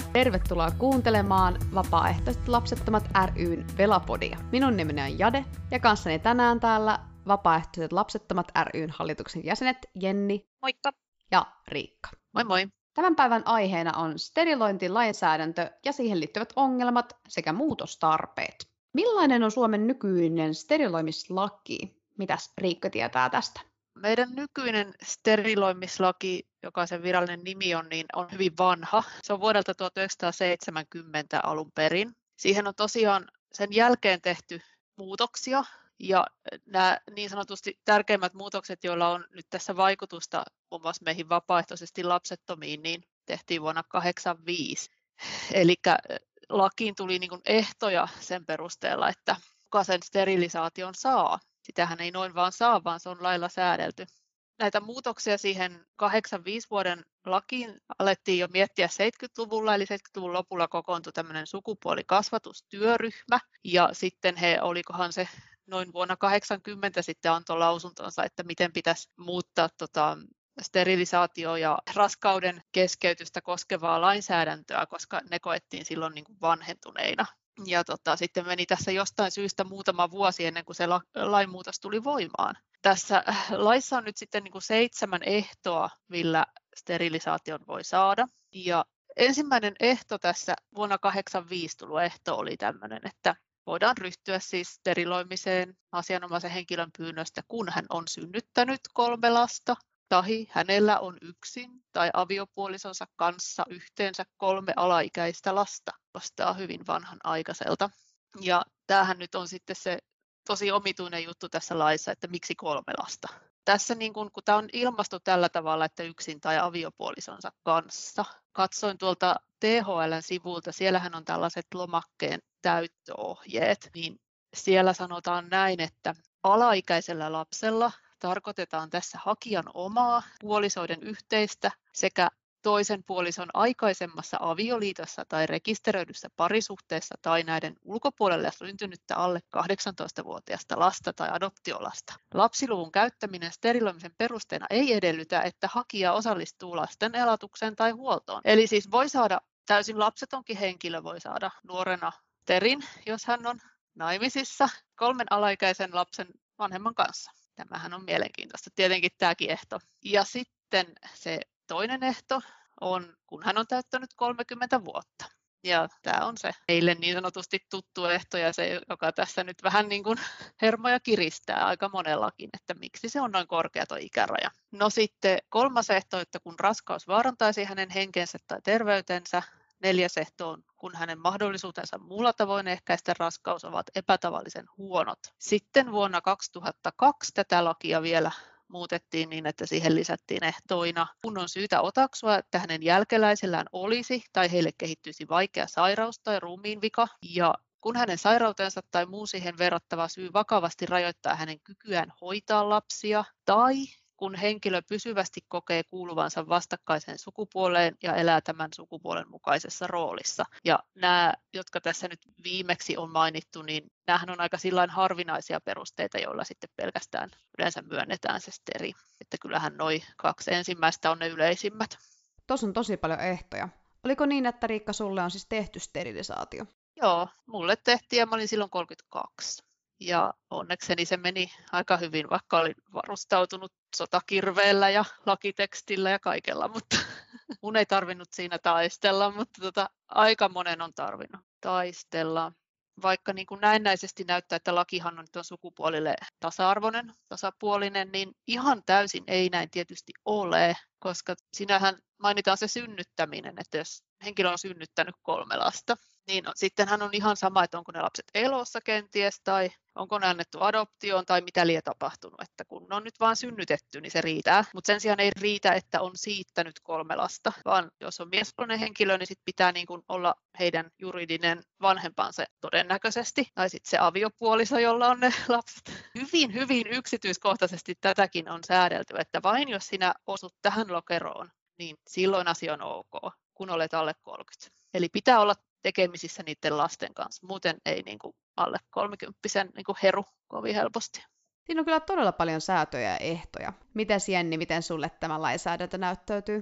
Tervetuloa kuuntelemaan Vapaaehtoiset lapsettomat ry:n Velapodia. Minun nimeni on Jade ja kanssani tänään täällä Vapaaehtoiset lapsettomat ry:n hallituksen jäsenet Jenni. Moikka! Ja Riikka. Moi moi! Tämän päivän aiheena on sterilointilainsäädäntö ja siihen liittyvät ongelmat sekä muutostarpeet. Millainen on Suomen nykyinen steriloimislaki? Mitäs Riikka tietää tästä? Meidän nykyinen steriloimislaki, joka sen virallinen nimi on, niin on hyvin vanha. Se on vuodelta 1970 alun perin. Siihen on tosiaan sen jälkeen tehty muutoksia. Ja nämä niin sanotusti tärkeimmät muutokset, joilla on nyt tässä vaikutusta muun muassa meihin vapaaehtoisesti lapsettomiin, niin tehtiin vuonna 1985. Eli lakiin tuli niin kuin ehtoja sen perusteella, että kuka sen sterilisaation saa. Sitähän ei noin vaan saa, vaan se on lailla säädelty. Näitä muutoksia siihen 85 vuoden lakiin alettiin jo miettiä 70-luvulla, eli 70-luvun lopulla kokoontui tämmöinen sukupuolikasvatustyöryhmä, ja sitten olikohan se noin vuonna 80 sitten antoi lausuntonsa, että miten pitäisi muuttaa sterilisaatio- ja raskauden keskeytystä koskevaa lainsäädäntöä, koska ne koettiin silloin niin kuin vanhentuneina. Ja sitten meni tässä jostain syystä muutama vuosi ennen kuin se lainmuutos tuli voimaan. Tässä laissa on nyt sitten niin kuin 7 ehtoa, millä sterilisaation voi saada. Ja ensimmäinen ehto tässä vuonna 1985 tullut ehto oli tämmöinen, että voidaan ryhtyä siis steriloimiseen asianomaisen henkilön pyynnöstä, kun hän on synnyttänyt 3 lasta, tai hänellä on yksin tai aviopuolisonsa kanssa yhteensä 3 alaikäistä lasta. Kuulostaa hyvin vanhanaikaiselta. Ja tämähän nyt on sitten se tosi omituinen juttu tässä laissa, että miksi 3 lasta. Tässä kun tämä on ilmastu tällä tavalla, että yksin tai aviopuolisonsa kanssa. Katsoin tuolta THL:n sivulta, siellähän on tällaiset lomakkeen täyttöohjeet, niin siellä sanotaan näin, että alaikäisellä lapsella tarkoitetaan tässä hakijan omaa, puolisoiden yhteistä sekä toisen puolison aikaisemmassa avioliitossa tai rekisteröidyssä parisuhteessa tai näiden ulkopuolelle syntynyttä alle 18-vuotiaasta lasta tai adoptiolasta. Lapsiluvun käyttäminen steriloimisen perusteena ei edellytä, että hakija osallistuu lasten elatukseen tai huoltoon. Eli siis voi saada, täysin lapsetonkin henkilö voi saada nuorena sterin, jos hän on naimisissa 3 alaikäisen lapsen vanhemman kanssa. Tämähän on mielenkiintoista, tietenkin tämäkin ehto. Ja sitten se toinen ehto on, kun hän on täyttänyt 30 vuotta. Ja tämä on se meille niin sanotusti tuttu ehto ja se, joka tässä nyt vähän niin kuin hermoja kiristää aika monellakin, että miksi se on noin korkea tuo ikäraja. No sitten 3. ehto, että kun raskaus vaarantaisi hänen henkensä tai terveytensä. 4. ehto on, kun hänen mahdollisuutensa muulla tavoin ehkäistä raskaus ovat epätavallisen huonot. Sitten vuonna 2002 tätä lakia vielä muutettiin niin, että siihen lisättiin ehtoina, kun on syytä otaksua, että hänen jälkeläisellään olisi tai heille kehittyisi vaikea sairaus tai ruumiinvika, ja kun hänen sairautensa tai muu siihen verrattava syy vakavasti rajoittaa hänen kykyään hoitaa lapsia, tai kun henkilö pysyvästi kokee kuuluvansa vastakkaiseen sukupuoleen ja elää tämän sukupuolen mukaisessa roolissa. Ja nämä, jotka tässä nyt viimeksi on mainittu, niin nämähän on aika sillain harvinaisia perusteita, joilla sitten pelkästään yleensä myönnetään se steri. Että kyllähän noi 2 ensimmäistä on ne yleisimmät. Tuossa on tosi paljon ehtoja. Oliko niin, että Riikka, sulle on siis tehty sterilisaatio? Joo, mulle tehtiin ja mä olin silloin 32. Ja onnekseni se meni aika hyvin, vaikka olin varustautunut sotakirveellä ja lakitekstillä ja kaikella, mutta mun ei tarvinnut siinä taistella, mutta aika monen on tarvinnut taistella. Vaikka niin kuin näennäisesti näyttää, että lakihan on sukupuolille tasa-arvoinen, tasapuolinen, niin ihan täysin ei näin tietysti ole, koska sinähän mainitaan se synnyttäminen, että jos henkilö on synnyttänyt 3 lasta, niin sittenhän on ihan sama, että onko ne lapset elossa kenties tai onko ne annettu adoptioon tai mitä liian tapahtunut, että kun ne on nyt vaan synnytetty, niin se riittää. Mutta sen sijaan ei riitä, että on siittänyt 3 lasta, vaan jos on miespuolinen henkilö, niin sit pitää niin kuin olla heidän juridinen vanhempansa todennäköisesti, tai sitten se aviopuoliso, jolla on ne lapset. Hyvin, hyvin yksityiskohtaisesti tätäkin on säädelty, että vain jos sinä osut tähän lokeroon, niin silloin asia on ok, kun olet alle 30. Eli pitää olla tekemisissä niiden lasten kanssa. Muuten ei niin kuin alle 30-vuotiaan niin kuin heru kovin helposti. Siinä on kyllä todella paljon säätöjä ja ehtoja. Mites Jenni, miten sulle tämä lainsäädäntö näyttäytyy?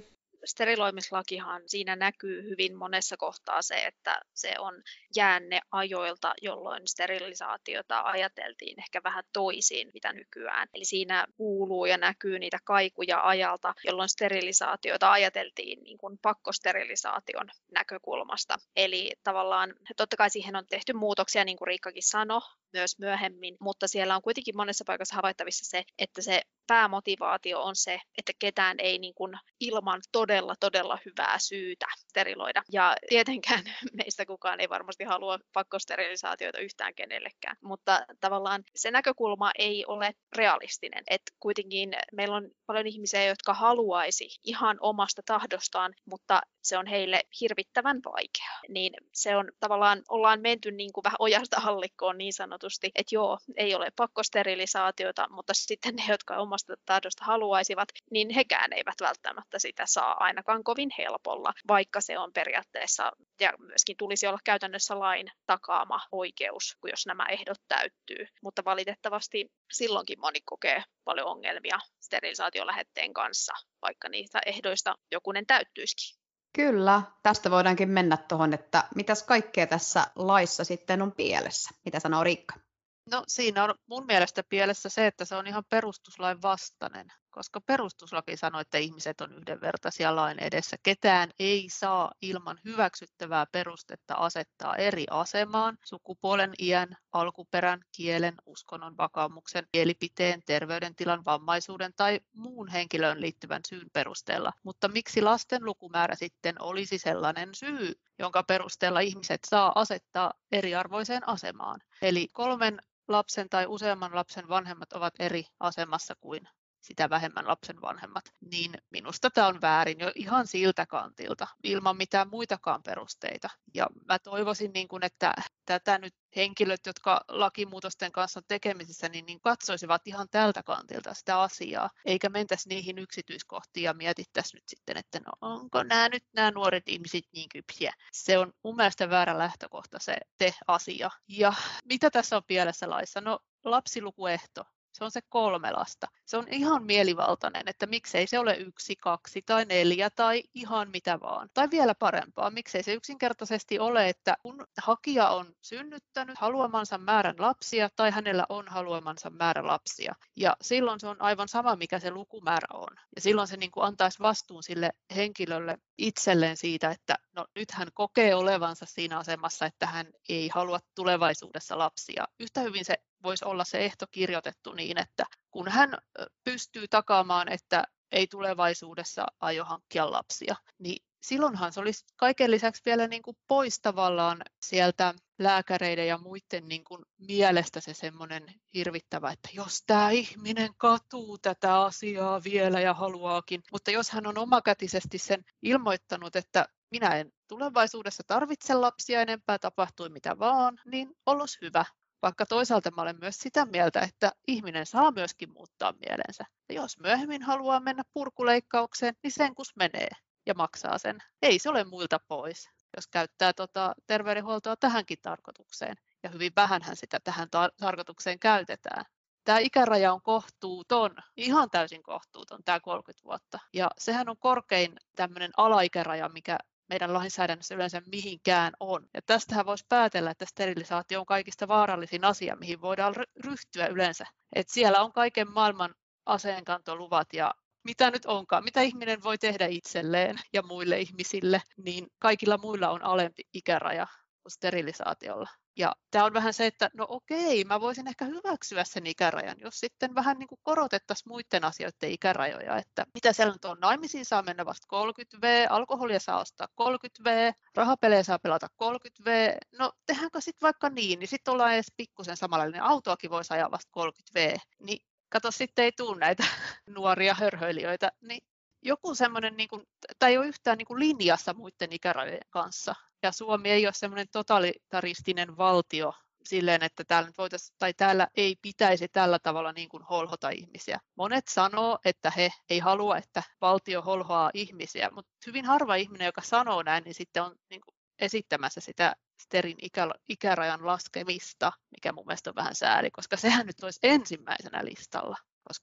steriloimislakihan siinä näkyy hyvin monessa kohtaa se, että se on jäänne ajoilta, jolloin sterilisaatiota ajateltiin ehkä vähän toisiin, mitä nykyään. Eli siinä kuuluu ja näkyy niitä kaikuja ajalta, jolloin sterilisaatiota ajateltiin niin kuin pakkosterilisaation näkökulmasta. Eli tavallaan totta kai siihen on tehty muutoksia, niin kuin Riikkakin sanoi, myös myöhemmin, mutta siellä on kuitenkin monessa paikassa havaittavissa se, että se päämotivaatio on se, että ketään ei niin kuin ilman todella hyvää syytä steriloida. Ja tietenkään meistä kukaan ei varmasti halua pakkosterilisaatioita yhtään kenellekään, mutta tavallaan se näkökulma ei ole realistinen. Että kuitenkin meillä on paljon ihmisiä, jotka haluaisi ihan omasta tahdostaan, mutta se on heille hirvittävän vaikeaa. Niin se on tavallaan, ollaan menty niin kuin vähän ojasta allikkoon niin sanotusti, että joo, ei ole pakkosterilisaatiota, mutta sitten ne, jotka omasta tahdosta haluaisivat, niin hekään eivät välttämättä sitä saa ainakaan kovin helpolla, vaikka se on periaatteessa ja myöskin tulisi olla käytännössä lain takaama oikeus, jos nämä ehdot täyttyy. Mutta valitettavasti silloinkin moni kokee paljon ongelmia sterilisaatiolähetteen kanssa, vaikka niistä ehdoista jokunen täyttyisikin. Kyllä, tästä voidaankin mennä tuohon, että mitäs kaikkea tässä laissa sitten on pielessä. Mitä sanoo Riikka? No siinä on mun mielestä pielessä se, että se on ihan perustuslain vastainen, koska perustuslaki sanoo, että ihmiset on yhdenvertaisia lain edessä. Ketään ei saa ilman hyväksyttävää perustetta asettaa eri asemaan sukupuolen, iän, alkuperän, kielen, uskonnon, vakaumuksen, mielipiteen, terveydentilan, vammaisuuden tai muun henkilöön liittyvän syyn perusteella. Mutta miksi lasten lukumäärä sitten olisi sellainen syy, jonka perusteella ihmiset saa asettaa eriarvoiseen asemaan? Eli 3 lapsen tai useamman lapsen vanhemmat ovat eri asemassa kuin sitä vähemmän lapsen vanhemmat, niin minusta tämä on väärin jo ihan siltä kantilta, ilman mitään muitakaan perusteita. Ja mä toivoisin, että tätä nyt henkilöt, jotka lakimuutosten kanssa on tekemisissä, niin katsoisivat ihan tältä kantilta sitä asiaa, eikä mentäisi niihin yksityiskohtiin ja mietittäisi nyt sitten, että no onko nämä nuoret ihmiset niin kypsiä. Se on mun mielestä väärä lähtökohta se asia. Ja mitä tässä on pielessä laissa? No lapsilukuehto. Se on se 3 lasta. Se on ihan mielivaltainen, että miksei se ole 1, 2 tai 4 tai ihan mitä vaan. Tai vielä parempaa, miksei se yksinkertaisesti ole, että kun hakija on synnyttänyt haluamansa määrän lapsia tai hänellä on haluamansa määrä lapsia. Ja silloin se on aivan sama, mikä se lukumäärä on. Ja silloin se antaisi vastuun sille henkilölle itselleen siitä, että no nyt hän kokee olevansa siinä asemassa, että hän ei halua tulevaisuudessa lapsia. Yhtä hyvin se voisi olla se ehto kirjoitettu niin, että kun hän pystyy takaamaan, että ei tulevaisuudessa aio hankkia lapsia, niin silloinhan se olisi kaiken lisäksi vielä pois tavallaan sieltä lääkäreiden ja muiden mielestä se semmoinen hirvittävä, että jos tämä ihminen katuu tätä asiaa vielä ja haluaakin, mutta jos hän on omakätisesti sen ilmoittanut, että minä en tulevaisuudessa tarvitse lapsia enempää, tapahtui mitä vaan, niin olisi hyvä. Vaikka toisaalta mä olen myös sitä mieltä, että ihminen saa myöskin muuttaa mielensä. Ja jos myöhemmin haluaa mennä purkuleikkaukseen, niin sen kus menee ja maksaa sen. Ei se ole muilta pois, jos käyttää terveydenhuoltoa tähänkin tarkoitukseen. Ja hyvin vähänhän sitä tähän tarkoitukseen käytetään. Tämä ikäraja on kohtuuton, ihan täysin kohtuuton, tämä 30 vuotta. Ja sehän on korkein tämmöinen alaikäraja, mikä meidän lainsäädännössä yleensä mihinkään on. Ja tästähän voisi päätellä, että sterilisaatio on kaikista vaarallisin asia, mihin voidaan ryhtyä yleensä. Et siellä on kaiken maailman aseenkantoluvat ja mitä nyt onkaan, mitä ihminen voi tehdä itselleen ja muille ihmisille, niin kaikilla muilla on alempi ikäraja kuin sterilisaatiolla. Ja tämä on vähän se, että no okei, mä voisin ehkä hyväksyä sen ikärajan, jos sitten vähän korotettaisiin muiden asioiden ikärajoja, että mitä siellä nyt on, naimisiin saa mennä vasta 30V, alkoholia saa ostaa 30V, rahapelejä saa pelata 30V, no tehdäänkö sitten vaikka niin sitten ollaan edes pikkusen samanlainen, autoakin voisi ajaa vasta 30V, niin kato sitten ei tule näitä nuoria hörhöilijöitä, niin joku semmoinen, tai ei ole yhtään linjassa muiden ikärajojen kanssa. Ja Suomi ei ole semmoinen totalitaristinen valtio silleen, että täällä, nyt täällä ei pitäisi tällä tavalla holhota ihmisiä. Monet sanoo, että he ei halua, että valtio holhoaa ihmisiä, mutta hyvin harva ihminen, joka sanoo näin, niin sitten on esittämässä sitä sterin ikärajan laskemista, mikä mun mielestä on vähän sääli, koska sehän nyt olisi ensimmäisenä listalla, koska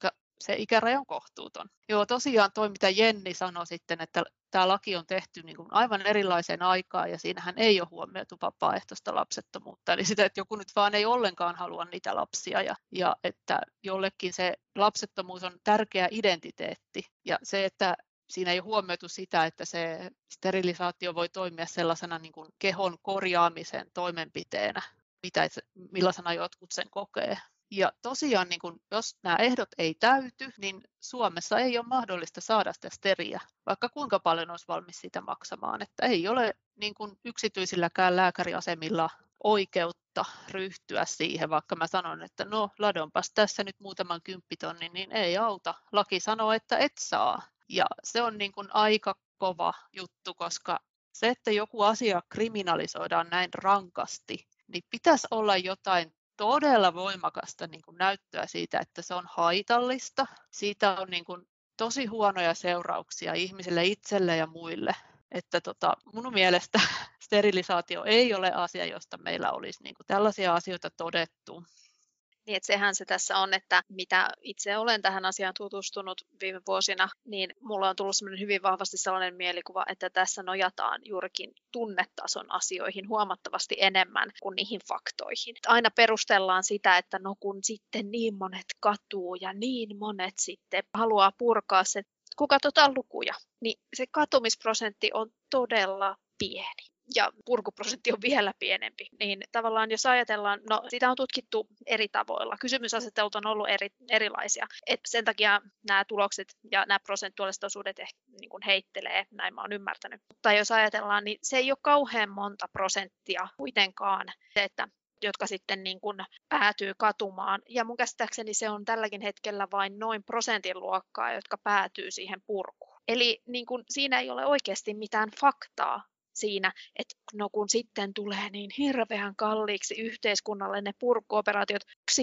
se ikäraja on kohtuuton. Joo, tosiaan toi, mitä Jenni sanoi sitten, että tämä laki on tehty niin kuin aivan erilaiseen aikaan ja siinähän ei ole huomioitu vapaaehtoista lapsettomuutta. Eli sitä, että joku nyt vaan ei ollenkaan halua niitä lapsia ja että jollekin se lapsettomuus on tärkeä identiteetti ja se, että siinä ei ole huomioitu sitä, että se sterilisaatio voi toimia sellaisena niin kuin kehon korjaamisen toimenpiteenä, millaisena jotkut sen kokee. Ja tosiaan, niin kun, jos nämä ehdot ei täyty, niin Suomessa ei ole mahdollista saada sitä steriä, vaikka kuinka paljon olisi valmis sitä maksamaan. Että ei ole niin kun yksityisilläkään lääkäriasemilla oikeutta ryhtyä siihen, vaikka mä sanon, että no ladonpas tässä nyt muutaman 10 000, niin ei auta. Laki sanoo, että et saa. Ja se on niin kun aika kova juttu, koska se, että joku asia kriminalisoidaan näin rankasti, niin pitäisi olla jotain todella voimakasta niin kuin näyttöä siitä, että se on haitallista. Siitä on niin kuin tosi huonoja seurauksia ihmisille itselle ja muille. Että mun mielestä sterilisaatio ei ole asia, josta meillä olisi niin kuin tällaisia asioita todettu. Niin, että sehän se tässä on, että mitä itse olen tähän asiaan tutustunut viime vuosina, niin mulla on tullut semmoinen hyvin vahvasti sellainen mielikuva, että tässä nojataan juurikin tunnetason asioihin huomattavasti enemmän kuin niihin faktoihin. Että aina perustellaan sitä, että no kun sitten niin monet katuu ja niin monet sitten haluaa purkaa sen. Kun katsotaan lukuja, niin se katumisprosentti on todella pieni. Ja purkuprosentti on vielä pienempi, niin tavallaan jos ajatellaan, no sitä on tutkittu eri tavoilla, kysymysasettelut on ollut erilaisia, et sen takia nämä tulokset ja nämä prosentuaaliset osuudet niin kuin heittelee, näin mä oon ymmärtänyt. Mutta jos ajatellaan, niin se ei ole kauhean monta prosenttia kuitenkaan, että jotka sitten niin kuin päätyy katumaan. Ja mun käsittääkseni se on tälläkin hetkellä vain noin prosentin luokkaa, jotka päätyy siihen purkuun. Eli niin kuin siinä ei ole oikeasti mitään faktaa siinä, että no kun sitten tulee niin hirveän kalliiksi yhteiskunnalle ne purkuoperaatiot,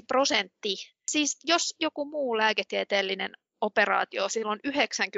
1%. Siis jos joku muu lääketieteellinen operaatio, silloin 99%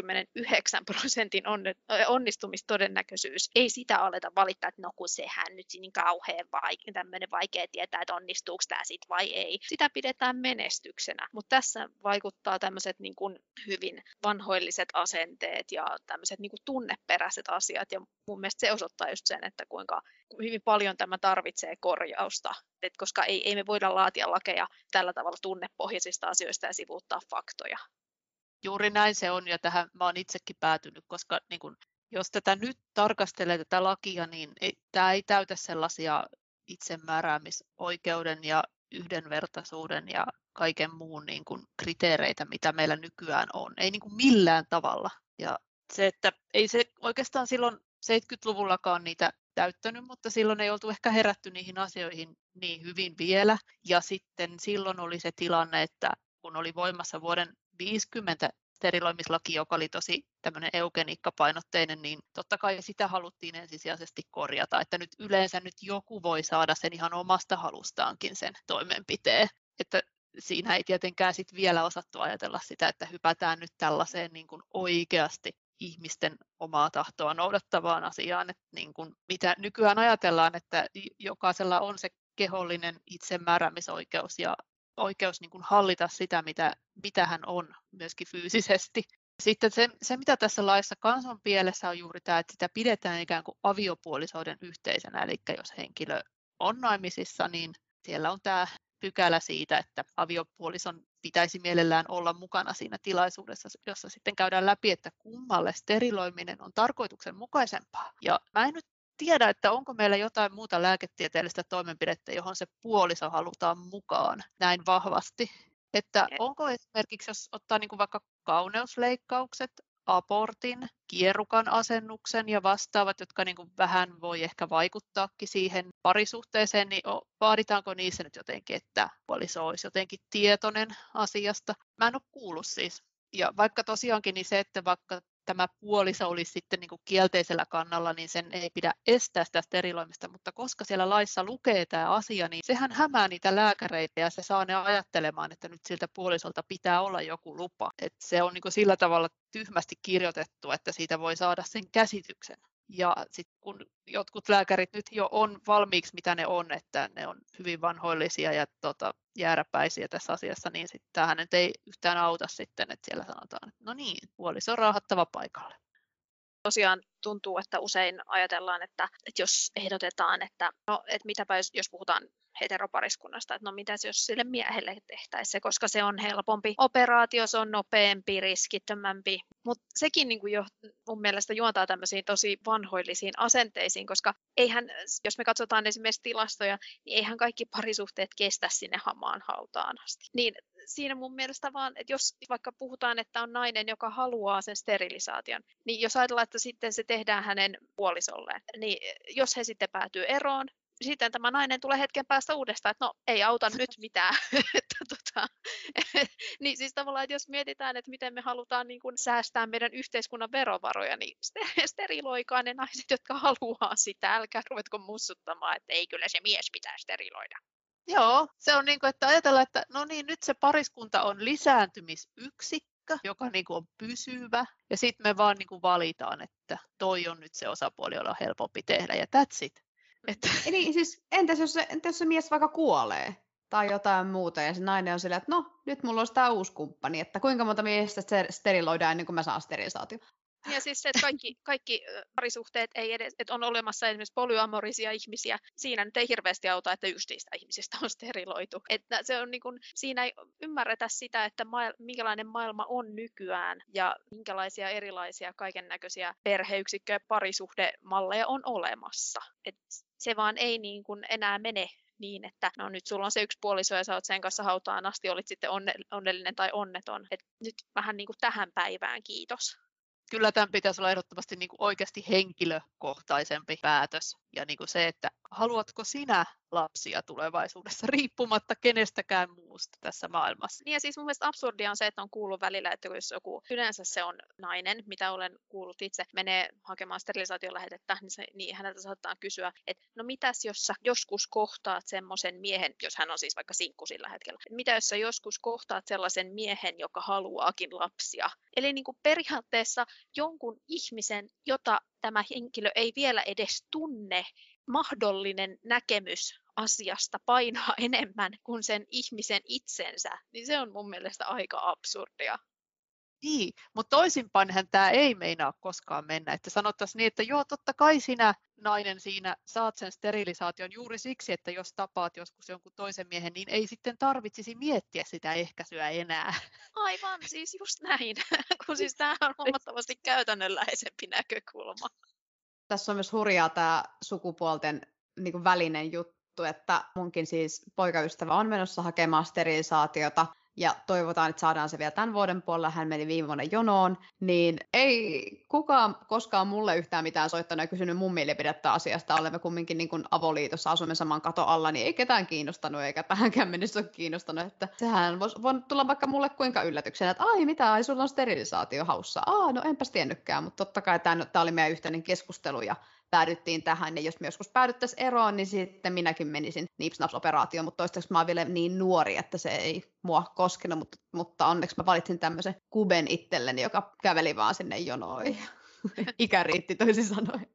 onnistumistodennäköisyys. Ei sitä aleta valittaa, että no kun sehän nyt niin kauhean tämmöinen vaikea tietää, että onnistuuko tämä sitten vai ei. Sitä pidetään menestyksenä, mutta tässä vaikuttaa tämmöiset niin kuin hyvin vanhoilliset asenteet ja tämmöiset niin kuin tunneperäiset asiat ja mun mielestä se osoittaa just sen, että kuinka hyvin paljon tämä tarvitsee korjausta, et koska ei me voida laatia lakeja tällä tavalla tunnepohjaisista asioista ja sivuuttaa faktoja. Juuri näin se on ja tähän mä oon itsekin päätynyt, koska niin kun, jos tätä nyt tarkastelee tätä lakia, niin tämä ei täytä sellaisia itsemääräämisoikeuden ja yhdenvertaisuuden ja kaiken muun niin kun, kriteereitä, mitä meillä nykyään on. Ei niin kun millään tavalla. Ja se, että ei se oikeastaan silloin 70-luvullakaan niitä täyttänyt, mutta silloin ei oltu ehkä herätty niihin asioihin niin hyvin vielä. Ja sitten silloin oli se tilanne, että kun oli voimassa vuoden 50 steriloimislaki, joka oli tosi tämmöinen eugeniikkapainotteinen, niin totta kai sitä haluttiin ensisijaisesti korjata, että nyt yleensä nyt joku voi saada sen ihan omasta halustaankin sen toimenpiteen. Että siinä ei tietenkään sit vielä osattu ajatella sitä, että hypätään nyt tällaiseen niin kuin oikeasti ihmisten omaa tahtoa noudattavaan asiaan, että niin kuin mitä nykyään ajatellaan, että jokaisella on se kehollinen itsemääräämisoikeus ja oikeus niin kuin hallita sitä, mitä hän on myöskin fyysisesti. Sitten se, mitä tässä laissa kanssa on pielessä, on juuri tämä, että sitä pidetään ikään kuin aviopuolisoiden yhteisönä. Eli jos henkilö on naimisissa, niin siellä on tämä pykälä siitä, että aviopuolison pitäisi mielellään olla mukana siinä tilaisuudessa, jossa sitten käydään läpi, että kummalle steriloiminen on tarkoituksenmukaisempaa. Ja mä en nyt tiedä, että onko meillä jotain muuta lääketieteellistä toimenpidettä, johon se puoliso halutaan mukaan näin vahvasti. Että onko esimerkiksi, jos ottaa niin kuin vaikka kauneusleikkaukset, abortin, kierukan asennuksen ja vastaavat, jotka niin kuin vähän voi ehkä vaikuttaakin siihen parisuhteeseen, niin vaaditaanko niissä nyt jotenkin, että puoliso olisi jotenkin tietoinen asiasta? Mä en ole kuullut siis. Ja vaikka tosiaankin niin se, että vaikka tämä puoliso olisi sitten niin kuin kielteisellä kannalla, niin sen ei pidä estää sitä steriloimista, mutta koska siellä laissa lukee tämä asia, niin sehän hämää niitä lääkäreitä ja se saa ne ajattelemaan, että nyt siltä puolisolta pitää olla joku lupa. Et se on niin kuin sillä tavalla tyhmästi kirjoitettu, että siitä voi saada sen käsityksen. Ja sitten kun jotkut lääkärit nyt jo on valmiiksi, mitä ne on, että ne on hyvin vanhoillisia ja jääräpäisiä tässä asiassa, niin sitten tämähän nyt ei yhtään auta sitten, että siellä sanotaan, että no niin, puoliso on raahattava paikalle. Tosiaan tuntuu, että usein ajatellaan, että jos ehdotetaan, että no, että mitäpä jos puhutaan heteropariskunnasta, että no mitäs jos sille miehelle tehtäisiin se, koska se on helpompi operaatio, se on nopeampi, riskittömämpi, mutta sekin niin kuin jo mun mielestä juontaa tämmöisiin tosi vanhoillisiin asenteisiin, koska eihän, jos me katsotaan esimerkiksi tilastoja, niin eihän kaikki parisuhteet kestä sinne hamaan hautaan asti. Niin siinä mun mielestä vaan, että jos vaikka puhutaan, että on nainen, joka haluaa sen sterilisaation, niin jos ajatellaan, että sitten se tehdään hänen puolisolleen, niin jos he sitten päätyy eroon, sitten tämä nainen tulee hetken päästä uudestaan, että no ei auta nyt mitään. Niin siis tavallaan, että jos mietitään, että miten me halutaan niin kuin säästää meidän yhteiskunnan verovaroja, niin steriloikaa ne naiset, jotka haluaa sitä. Älkää ruvetko mussuttamaan, että ei kyllä se mies pitää steriloida. Joo, se on niin kuin, että ajatellaan, että no niin, nyt se pariskunta on lisääntymisyksikkö, joka niin kuin on pysyvä, ja sitten me vaan niin kuin valitaan, että toi on nyt se osapuoli, jolla on helpompi tehdä, ja that's it. Eli siis entäs jos se mies vaikka kuolee tai jotain muuta, ja se nainen on silleen, että no, nyt mulla on tämä uusi kumppani, että kuinka monta miestä steriloidaan ennen kuin mä saan sterilisaatio. Ja siis se, että kaikki parisuhteet ei edes, että on olemassa esimerkiksi polyamorisia ihmisiä, siinä nyt ei hirveästi auta, että yksi niistä ihmisistä on steriloitu. Että se on niin kuin, siinä ei ymmärretä sitä, että minkälainen maailma on nykyään ja minkälaisia erilaisia kaiken näköisiä perheyksikköjä, parisuhdemalleja on olemassa. Et se vaan ei niin kuin enää mene niin, että no nyt sulla on se yksi puoliso ja sä oot sen kanssa hautaan asti, olit sitten onnellinen tai onneton. Et nyt vähän niin kuin tähän päivään, kiitos. Kyllä tämän pitäisi olla ehdottomasti niin kuin oikeasti henkilökohtaisempi päätös. Ja niin kuin se, että haluatko sinä lapsia tulevaisuudessa riippumatta kenestäkään muusta tässä maailmassa. Niin ja siis mun mielestä absurdia on se, että on kuullut välillä, että jos joku, yleensä se on nainen, mitä olen kuullut itse, menee hakemaan sterilisaatiolähetettä, niin häneltä saattaa kysyä, että no mitäs jos sä joskus kohtaat semmoisen miehen, jos hän on siis vaikka sinkku sillä hetkellä, että mitä jos sä joskus kohtaat sellaisen miehen, joka haluaakin lapsia. Eli niin kuin periaatteessa jonkun ihmisen, jota tämä henkilö ei vielä edes tunne, mahdollinen näkemys asiasta painaa enemmän kuin sen ihmisen itsensä, niin se on mun mielestä aika absurdia. Niin, mutta toisinpäinhän tämä ei meinaa koskaan mennä, että sanottaisiin niin, että joo, totta kai sinä nainen siinä saat sen sterilisaation juuri siksi, että jos tapaat joskus jonkun toisen miehen, niin ei sitten tarvitsisi miettiä sitä ehkäisyä enää. Aivan, siis just näin, kun siis tämä on huomattavasti käytännönläheisempi näkökulma. Tässä on myös hurjaa tämä sukupuolten niin kuin välinen juttu, että munkin siis poikaystävä on menossa hakemaan sterilisaatiota ja toivotaan, että saadaan se vielä tämän vuoden puolella. Hän meni viime vuonna jonoon, niin ei kukaan koskaan mulle yhtään mitään soittanut ja kysynyt mun mielipidettä asiasta. Olemme kumminkin niin kuin avoliitossa, asumme saman katon alla, niin ei ketään kiinnostanut eikä tähänkään mennessä ole kiinnostanut. Että sehän voisi tulla vaikka mulle kuinka yllätyksenä, että ai mitä, ai sulla on sterilisaatio haussa. No enpäs tiennytkään, mutta totta kai tämä oli meidän yhteinen keskustelu ja päädyttiin tähän, ja jos me joskus päädyttäisiin eroon, niin sitten minäkin menisin niipsnaps-operaatioon, mutta toistaiseksi mä oon vielä niin nuori, että se ei mua koskenut, mutta onneksi mä valitsin tämmöisen kuben itselleni, joka käveli vaan sinne jonoihin. Ikä riitti toisin sanoen.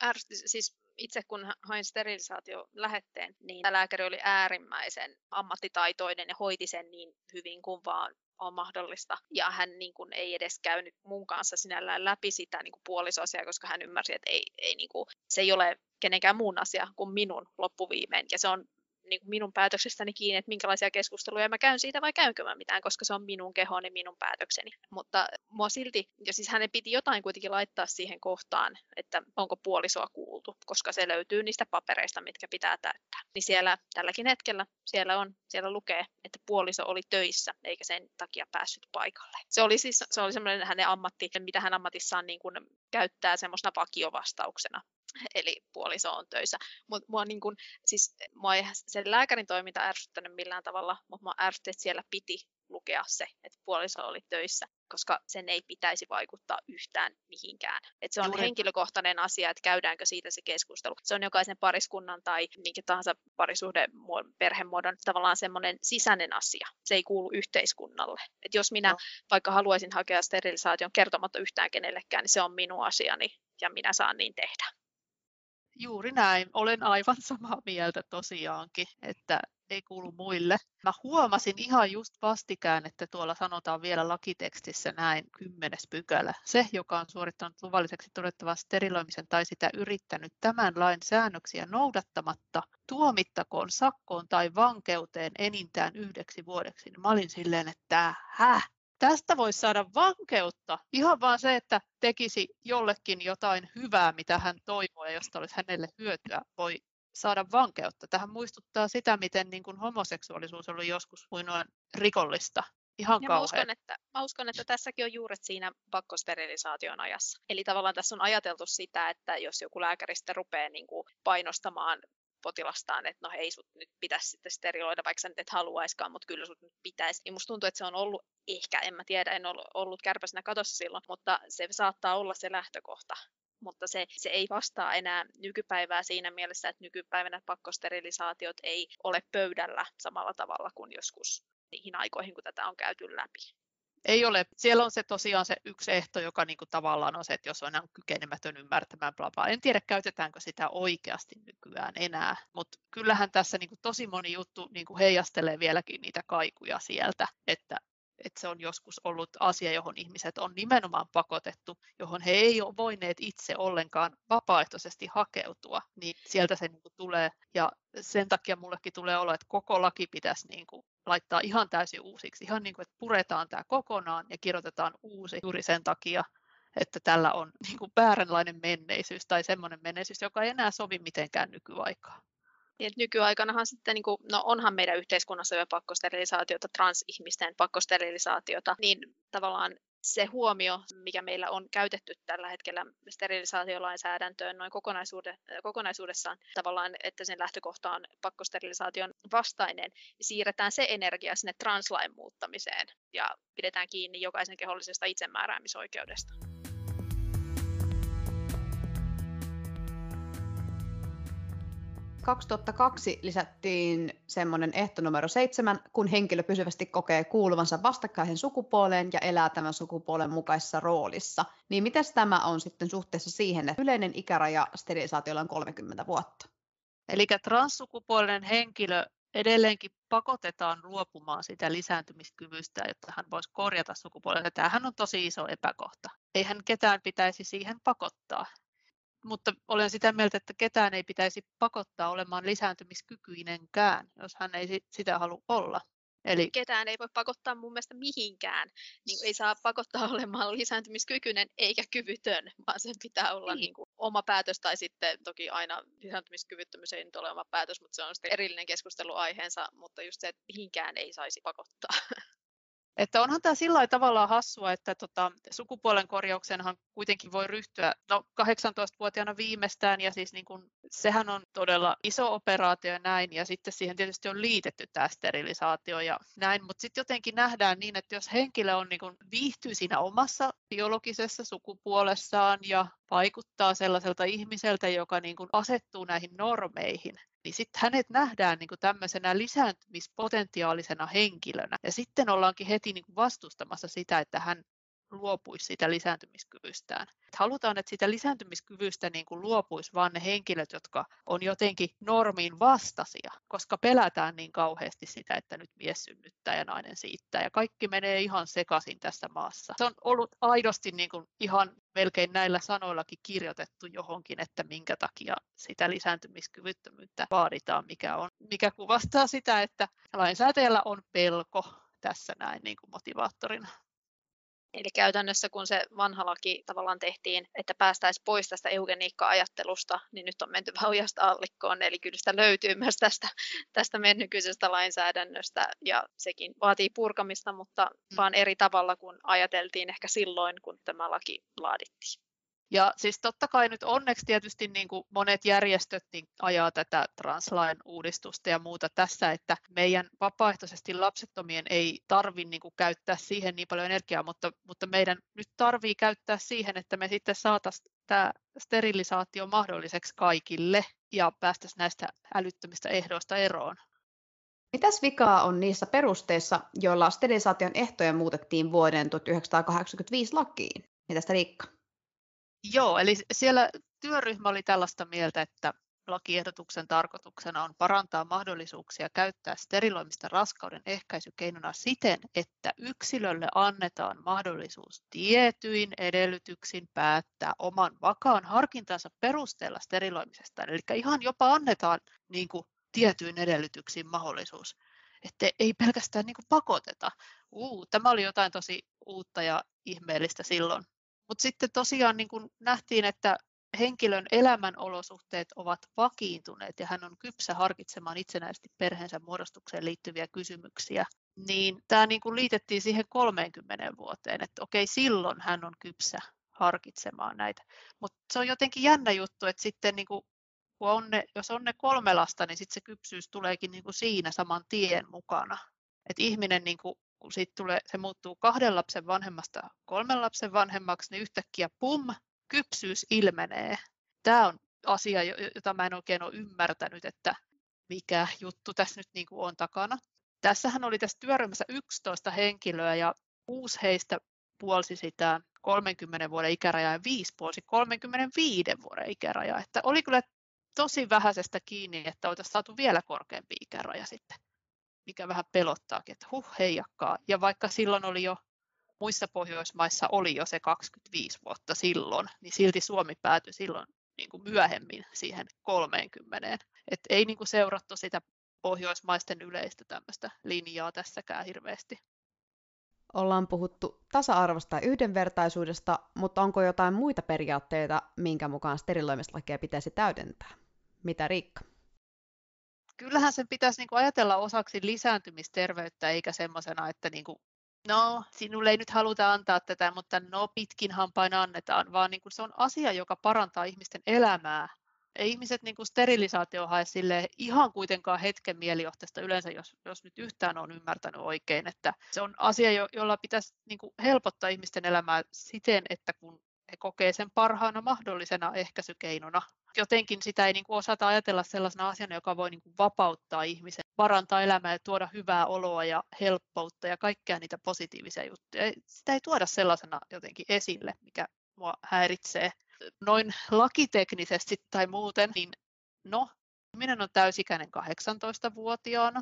Siis itse kun hain sterilisaatiolähetteen, niin tämä lääkäri oli äärimmäisen ammattitaitoinen ja hoiti sen niin hyvin kuin vaan on mahdollista. Ja hän niin kuin ei edes käynyt mun kanssa sinällään läpi sitä niin kuin puolisoasiaa, koska hän ymmärsi, että ei niin kuin, se ei ole kenenkään muun asia kuin minun loppuviimein. Ja se on niin kuin minun päätöksestäni kiinni, että minkälaisia keskusteluja mä käyn siitä vai käynkö mä mitään, koska se on minun kehoni, minun päätökseni. Mutta mua silti, ja siis hänen piti jotain kuitenkin laittaa siihen kohtaan, että onko puolisoa kuultu, koska se löytyy niistä papereista, mitkä pitää täyttää. Niin siellä tälläkin hetkellä siellä lukee, että puoliso oli töissä, eikä sen takia päässyt paikalle. Se oli semmoinen hänen ammatti, mitä hän ammatissaan niin kuin käyttää semmoisena vakiovastauksena. Eli puoliso on töissä. Mutta mua ei sen lääkärin toiminta ärsyttänyt millään tavalla, mutta mua ärsytti, että siellä piti lukea se, että puoliso oli töissä, koska sen ei pitäisi vaikuttaa yhtään mihinkään. Että se on henkilökohtainen asia, että käydäänkö siitä se keskustelu. Se on jokaisen pariskunnan tai minkä tahansa perhemuodon tavallaan semmoinen sisäinen asia. Se ei kuulu yhteiskunnalle. Että jos minä vaikka haluaisin hakea sterilisaation kertomatta yhtään kenellekään, niin se on minun asiani ja minä saan niin tehdä. Juuri näin. Olen aivan samaa mieltä tosiaankin, että ei kuulu muille. Mä huomasin ihan just vastikään, että tuolla sanotaan vielä lakitekstissä näin 10. pykälä. Se, joka on suorittanut luvalliseksi todettavan steriloimisen tai sitä yrittänyt tämän lain säännöksiä noudattamatta, tuomittakoon sakkoon tai vankeuteen enintään 1 vuodeksi. Mä olin silleen, että tästä voisi saada vankeutta. Ihan vaan se, että tekisi jollekin jotain hyvää, mitä hän toivoo ja josta olisi hänelle hyötyä, voi saada vankeutta. Tähän muistuttaa sitä, miten niin kuin homoseksuaalisuus oli joskus muinoin rikollista. Ihan kauhean. Mä uskon, että tässäkin on juuret siinä pakkosterilisaation ajassa. Eli tavallaan tässä on ajateltu sitä, että jos joku lääkäri sitten rupeaa niin kuin painostamaan potilastaan, että no hei, sut nyt pitäisi sitten steriloida, vaikka sä nyt et haluaiskaan, mutta kyllä sut nyt pitäisi. Niin musta tuntuu, että se on ollut, ehkä en mä tiedä, en ollut kärpäsenä katossa silloin, mutta se saattaa olla se lähtökohta. Mutta se ei vastaa enää nykypäivää siinä mielessä, että nykypäivänä pakkosterilisaatiot ei ole pöydällä samalla tavalla kuin joskus niihin aikoihin, kun tätä on käyty läpi. Ei ole. Siellä on se tosiaan se yksi ehto, joka niinku tavallaan on se, että jos on kykenemätön ymmärtämään bla bla. En tiedä, käytetäänkö sitä oikeasti nykyään enää, mutta kyllähän tässä niinku tosi moni juttu niinku heijastelee vieläkin niitä kaikuja sieltä, että se on joskus ollut asia, johon ihmiset on nimenomaan pakotettu, johon he ei ole voineet itse ollenkaan vapaaehtoisesti hakeutua, niin sieltä se niinku tulee. Ja sen takia mullekin tulee olo, että koko laki pitäisi niinku laittaa ihan täysin uusiksi. Ihan niin kuin, että puretaan tämä kokonaan ja kirjoitetaan uusi juuri sen takia, että tällä on niin kuin vääränlainen menneisyys tai semmoinen menneisyys, joka ei enää sovi mitenkään nykyaikaan. Niin, nykyaikanahan sitten, onhan meidän yhteiskunnassa jo pakkosterilisaatiota, transihmisten pakkosterilisaatiota, niin tavallaan se huomio, mikä meillä on käytetty tällä hetkellä sterilisaatiolainsäädäntöön noin kokonaisuudessaan tavallaan, että sen lähtökohta on pakkosterilisaation vastainen, niin siirretään se energia sinne translain muuttamiseen ja pidetään kiinni jokaisen kehollisesta itsemääräämisoikeudesta. – 2002 lisättiin semmoinen ehto numero 7, kun henkilö pysyvästi kokee kuuluvansa vastakkaisen sukupuoleen ja elää tämän sukupuolen mukaisessa roolissa. Niin miten tämä on sitten suhteessa siihen, että yleinen ikäraja sterilisaatiolla on 30 vuotta? Eli transsukupuolinen henkilö edelleenkin pakotetaan luopumaan sitä lisääntymiskyvystä, jotta hän voisi korjata sukupuolensa. Tämähän on tosi iso epäkohta. Eihän ketään pitäisi siihen pakottaa. Mutta olen sitä mieltä, että ketään ei pitäisi pakottaa olemaan lisääntymiskykyinenkään, jos hän ei sitä halua olla. Eli ketään ei voi pakottaa mun mielestä mihinkään. Niin ei saa pakottaa olemaan lisääntymiskykyinen eikä kyvytön, vaan sen pitää olla niin kuin oma päätös. Tai sitten toki aina lisääntymiskyvyttömyys ei nyt ole oma päätös, mutta se on sitten erillinen keskusteluaiheensa. Mutta just se, että mihinkään ei saisi pakottaa. Että onhan tämä sillä lailla tavallaan hassua, että sukupuolen korjauksenhan kuitenkin voi ryhtyä 18-vuotiaana viimeistään, ja siis niin kun, sehän on todella iso operaatio ja näin, ja sitten siihen tietysti on liitetty tämä sterilisaatio ja näin, mutta sitten jotenkin nähdään niin, että jos henkilö on, niin kun, viihtyy siinä omassa biologisessa sukupuolessaan ja vaikuttaa sellaiselta ihmiseltä, joka niin kun, asettuu näihin normeihin, niin sitten hänet nähdään niin kuin tämmöisenä lisääntymispotentiaalisena henkilönä. Ja sitten ollaankin heti niin kuin vastustamassa sitä, että hän luopuisi siitä lisääntymiskyvystään. Et halutaan, että siitä lisääntymiskyvystä niin kuin luopuisi vain ne henkilöt, jotka on jotenkin normiin vastaisia, koska pelätään niin kauheasti sitä, että nyt mies synnyttää ja nainen siittää. Ja kaikki menee ihan sekaisin tässä maassa. Se on ollut aidosti niin kuin ihan melkein näillä sanoillakin kirjoitettu johonkin, että minkä takia sitä lisääntymiskyvyttömyyttä vaaditaan, mikä kuvastaa sitä, että lainsäätäjällä on pelko tässä näin niin kuin motivaattorina. Eli käytännössä kun se vanha laki tavallaan tehtiin, että päästäisiin pois tästä eugeniikka-ajattelusta, niin nyt on menty vähän ojasta allikkoon. Eli kyllä sitä löytyy myös tästä nykyisestä lainsäädännöstä ja sekin vaatii purkamista, mutta vaan eri tavalla kuin ajateltiin ehkä silloin, kun tämä laki laadittiin. Ja siis totta kai nyt onneksi tietysti niin kuin monet järjestöt niin ajaa tätä translain uudistusta ja muuta tässä, että meidän vapaaehtoisesti lapsettomien ei tarvitse niin kuin käyttää siihen niin paljon energiaa, mutta meidän nyt tarvii käyttää siihen, että me sitten saataisiin tämä sterilisaatio mahdolliseksi kaikille ja päästäisiin näistä älyttömistä ehdoista eroon. Mitäs vikaa on niissä perusteissa, joilla sterilisaation ehtoja muutettiin vuoden 1985 lakiin? Mitäs Riikka? Joo, eli siellä työryhmä oli tällaista mieltä, että lakiehdotuksen tarkoituksena on parantaa mahdollisuuksia käyttää steriloimista raskauden ehkäisykeinona siten, että yksilölle annetaan mahdollisuus tietyin edellytyksin päättää oman vakaan harkintansa perusteella steriloimisesta. Eli ihan jopa annetaan niin kuin tietyin edellytyksiin mahdollisuus, että ei pelkästään niin kuin pakoteta. Tämä oli jotain tosi uutta ja ihmeellistä silloin. Mutta sitten tosiaan niin kun nähtiin, että henkilön elämänolosuhteet ovat vakiintuneet ja hän on kypsä harkitsemaan itsenäisesti perheensä muodostukseen liittyviä kysymyksiä, niin tämä niin kun liitettiin siihen 30 vuoteen, että okei, silloin hän on kypsä harkitsemaan näitä. Mutta se on jotenkin jännä juttu, että sitten niin kun jos on ne 3 lasta, niin sitten se kypsyys tuleekin niin kun siinä saman tien mukana. Et ihminen niin kun se muuttuu 2 lapsen vanhemmasta 3 lapsen vanhemmaksi, niin yhtäkkiä pum, kypsyys ilmenee. Tämä on asia, jota mä en oikein ole ymmärtänyt, että mikä juttu tässä nyt niin kuin on takana. Tässähän oli tässä työryhmässä 11 henkilöä ja 6 heistä puolsi sitä 30 vuoden ikärajaa ja 5 puolsi 35 vuoden ikärajaa. Että oli kyllä tosi vähäisestä kiinni, että oltaisiin saatu vielä korkeampi ikäraja sitten, mikä vähän pelottaakin, että heijakkaa. Ja vaikka silloin oli jo, muissa Pohjoismaissa oli jo se 25 vuotta silloin, niin silti Suomi päätyi silloin niin kuin myöhemmin siihen 30. Että ei niin kuin seurattu sitä pohjoismaisten yleistä tämmöistä linjaa tässäkään hirveästi. Ollaan puhuttu tasa-arvosta ja yhdenvertaisuudesta, mutta onko jotain muita periaatteita, minkä mukaan steriloimislakia pitäisi täydentää? Mitä Riikka? Kyllähän sen pitäisi niin kuin ajatella osaksi lisääntymisterveyttä, eikä semmoisena, että niin kuin, no, sinulle ei nyt haluta antaa tätä, mutta no, pitkin hampain annetaan, vaan niin kuin se on asia, joka parantaa ihmisten elämää. Ei ihmiset niin kuin sterilisaatio hae sille ihan kuitenkaan hetken mielijohteesta yleensä, jos nyt yhtään on ymmärtänyt oikein, että se on asia, jolla pitäisi niin kuin helpottaa ihmisten elämää siten, että kun he kokee sen parhaana mahdollisena ehkäisykeinona. Jotenkin sitä ei niin kuin osata ajatella sellaisena asiana, joka voi niin kuin vapauttaa ihmisen, parantaa elämää ja tuoda hyvää oloa ja helppoutta ja kaikkea niitä positiivisia juttuja. Sitä ei tuoda sellaisena jotenkin esille, mikä mua häiritsee. Noin lakiteknisesti tai muuten, niin no, ihminen on täysikäinen 18-vuotiaana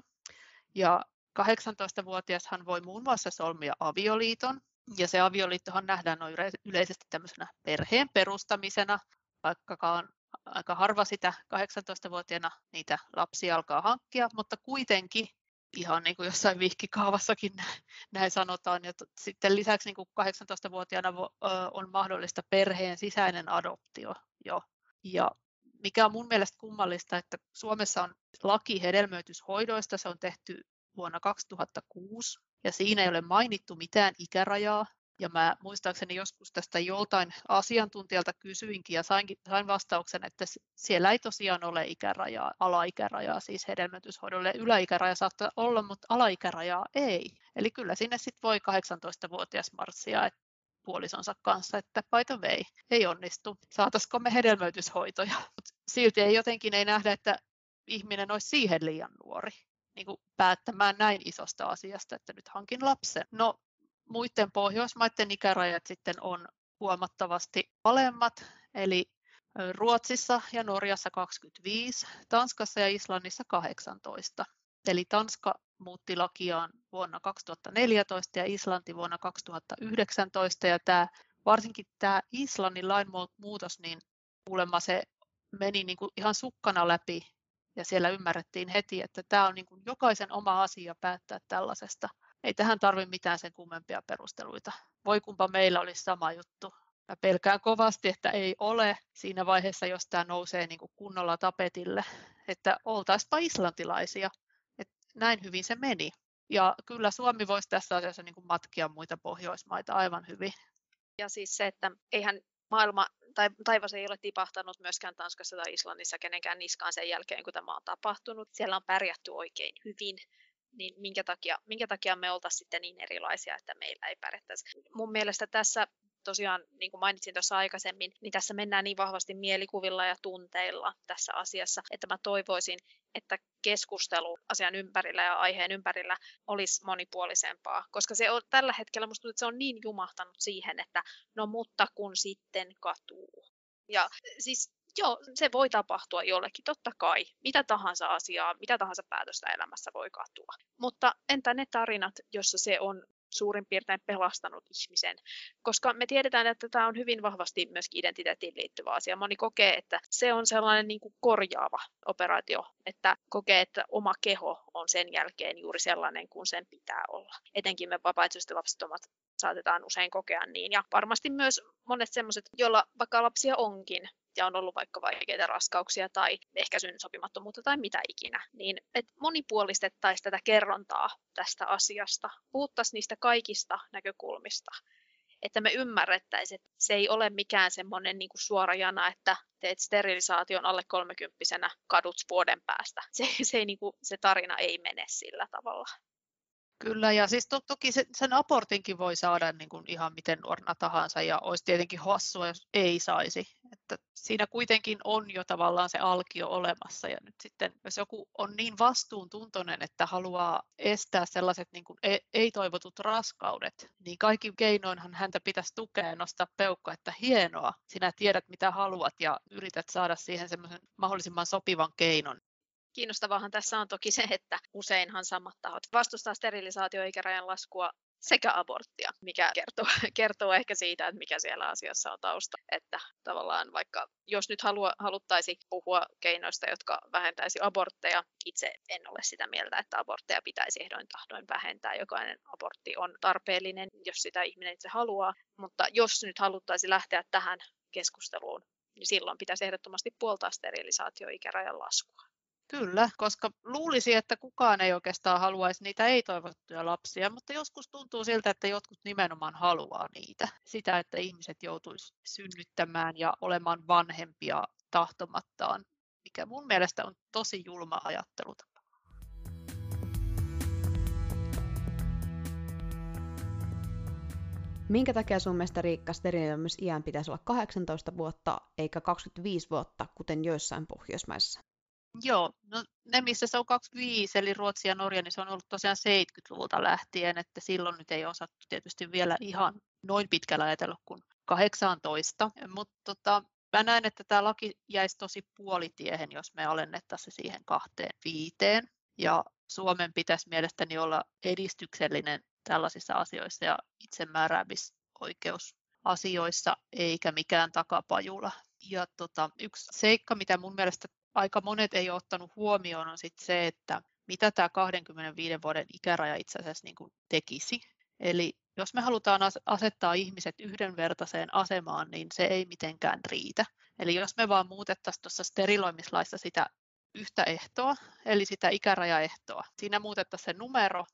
ja 18-vuotiashan voi muun muassa solmia avioliiton. Ja se avioliittohan nähdään noin yleisesti tämmöisenä perheen perustamisena, vaikkakaan aika harva sitä 18-vuotiaana niitä lapsia alkaa hankkia, mutta kuitenkin ihan niin kuin jossain vihkikaavassakin näin sanotaan. Ja sitten lisäksi niin kuin 18-vuotiaana on mahdollista perheen sisäinen adoptio jo. Ja mikä on mun mielestä kummallista, että Suomessa on laki hedelmöityshoidoista, se on tehty vuonna 2006, ja siinä ei ole mainittu mitään ikärajaa. Ja mä muistaakseni joskus tästä joltain asiantuntijalta kysyinkin ja sain vastauksen, että siellä ei tosiaan ole ikärajaa, alaikärajaa siis hedelmöityshoidolle. Yläikäraja saattaa olla, mutta alaikärajaa ei. Eli kyllä sinne sitten voi 18-vuotias marssia puolisonsa kanssa, että by the way, ei onnistu. Saataisiko me hedelmöityshoitoja? Mut silti jotenkin ei nähdä, että ihminen olisi siihen liian nuori niin kuin päättämään näin isosta asiasta, että nyt hankin lapsen. No, muiden Pohjoismaiden ikärajat sitten on huomattavasti alemmat, eli Ruotsissa ja Norjassa 25, Tanskassa ja Islannissa 18. Eli Tanska muutti lakiaan vuonna 2014 ja Islanti vuonna 2019, ja varsinkin tämä Islannin lainmuutos, niin kuulemma se meni niin kuin ihan sukkana läpi, ja siellä ymmärrettiin heti, että tämä on niin kuin jokaisen oma asia päättää tällaisesta. Ei tähän tarvitse mitään sen kummempia perusteluita. Voi kumpa meillä olisi sama juttu. Mä pelkään kovasti, että ei ole siinä vaiheessa, jos tämä nousee niin kuin kunnolla tapetille, että oltaispa islantilaisia. Että näin hyvin se meni. Ja kyllä Suomi voisi tässä asiassa niin kuin matkia muita Pohjoismaita aivan hyvin. Ja siis se, että eihän maailma taivas ei ole tipahtanut myöskään Tanskassa tai Islannissa kenenkään niskaan sen jälkeen, kun tämä on tapahtunut. Siellä on pärjätty oikein hyvin. Niin minkä takia me oltaisiin sitten niin erilaisia, että meillä ei pärjättäisi. Mun mielestä tässä tosiaan, niin kuin mainitsin tuossa aikaisemmin, niin tässä mennään niin vahvasti mielikuvilla ja tunteilla tässä asiassa, että mä toivoisin, että keskustelu asian ympärillä ja aiheen ympärillä olisi monipuolisempaa, koska se on tällä hetkellä, musta tuntuu, että se on niin jumahtanut siihen, että no mutta kun sitten katuu. Ja siis joo, se voi tapahtua jollekin, totta kai. Mitä tahansa asiaa, mitä tahansa päätöstä elämässä voi katua. Mutta entä ne tarinat, jossa se on suurin piirtein pelastanut ihmisen? Koska me tiedetään, että tämä on hyvin vahvasti myöskin identiteettiin liittyvä asia. Moni kokee, että se on sellainen niin kuin korjaava operaatio, että kokee, että oma keho on sen jälkeen juuri sellainen kuin sen pitää olla. Etenkin me vapaaehtoisesti lapsettomat saatetaan usein kokea niin. Ja varmasti myös monet sellaiset, joilla vaikka lapsia onkin, ja on ollut vaikka vaikeita raskauksia tai ehkäisyn sopimattomuutta tai mitä ikinä, niin että monipuolistettaisiin tätä kerrontaa tästä asiasta, puhuttaisiin niistä kaikista näkökulmista, että me ymmärrettäisiin, että se ei ole mikään semmoinen niin kuin suora jana, että teet sterilisaation alle 30-vuotiaana kadut vuoden päästä. Se tarina ei mene sillä tavalla. Kyllä, ja siis toki sen abortinkin voi saada niin kuin ihan miten nuorena tahansa, ja olisi tietenkin hassua, jos ei saisi. Että siinä kuitenkin on jo tavallaan se alkio olemassa, ja nyt sitten, jos joku on niin vastuuntuntoinen, että haluaa estää sellaiset niin kuin ei-toivotut raskaudet, niin kaikki keinoinhan häntä pitäisi tukea ja nostaa peukka, että hienoa, sinä tiedät mitä haluat, ja yrität saada siihen semmoisen mahdollisimman sopivan keinon. Kiinnostavaahan tässä on toki se, että useinhan samat tahot vastustaa sterilisaatioikärajan laskua sekä aborttia, mikä kertoo ehkä siitä, että mikä siellä asiassa on tausta. Että tavallaan vaikka jos nyt haluttaisiin puhua keinoista, jotka vähentäisi abortteja, itse en ole sitä mieltä, että abortteja pitäisi ehdoin tahdoin vähentää. Jokainen abortti on tarpeellinen, jos sitä ihminen itse haluaa, mutta jos nyt haluttaisiin lähteä tähän keskusteluun, niin silloin pitäisi ehdottomasti puoltaa sterilisaatioikärajan laskua. Kyllä, koska luulisi, että kukaan ei oikeastaan haluaisi niitä ei-toivottuja lapsia, mutta joskus tuntuu siltä, että jotkut nimenomaan haluaa niitä. Sitä, että ihmiset joutuisi synnyttämään ja olemaan vanhempia tahtomattaan, mikä mun mielestä on tosi julma ajattelutapa. Minkä takia sun mielestä, Riikka, steriloimisiän pitäisi olla 18 vuotta eikä 25 vuotta, kuten joissain Pohjoismaissa? Joo, no ne missä se on 25, eli Ruotsi ja Norja, niin se on ollut tosiaan 70-luvulta lähtien, että silloin nyt ei osattu tietysti vielä ihan noin pitkällä ajatella kuin 18, mutta mä näen, että tämä laki jäisi tosi puolitiehen, jos me alennettaisiin se siihen 25, ja Suomen pitäisi mielestäni olla edistyksellinen tällaisissa asioissa ja itsemääräämisoikeusasioissa, eikä mikään takapajula. Ja yksi seikka, mitä mun mielestä aika monet ei ole ottanut huomioon, on sitten se, että mitä tämä 25 vuoden ikäraja itse asiassa niin kuin tekisi. Eli jos me halutaan asettaa ihmiset yhdenvertaiseen asemaan, niin se ei mitenkään riitä. Eli jos me vaan muutettaisiin tuossa steriloimislaissa sitä yhtä ehtoa, eli sitä ikärajaehtoa, siinä muutettaisiin se numero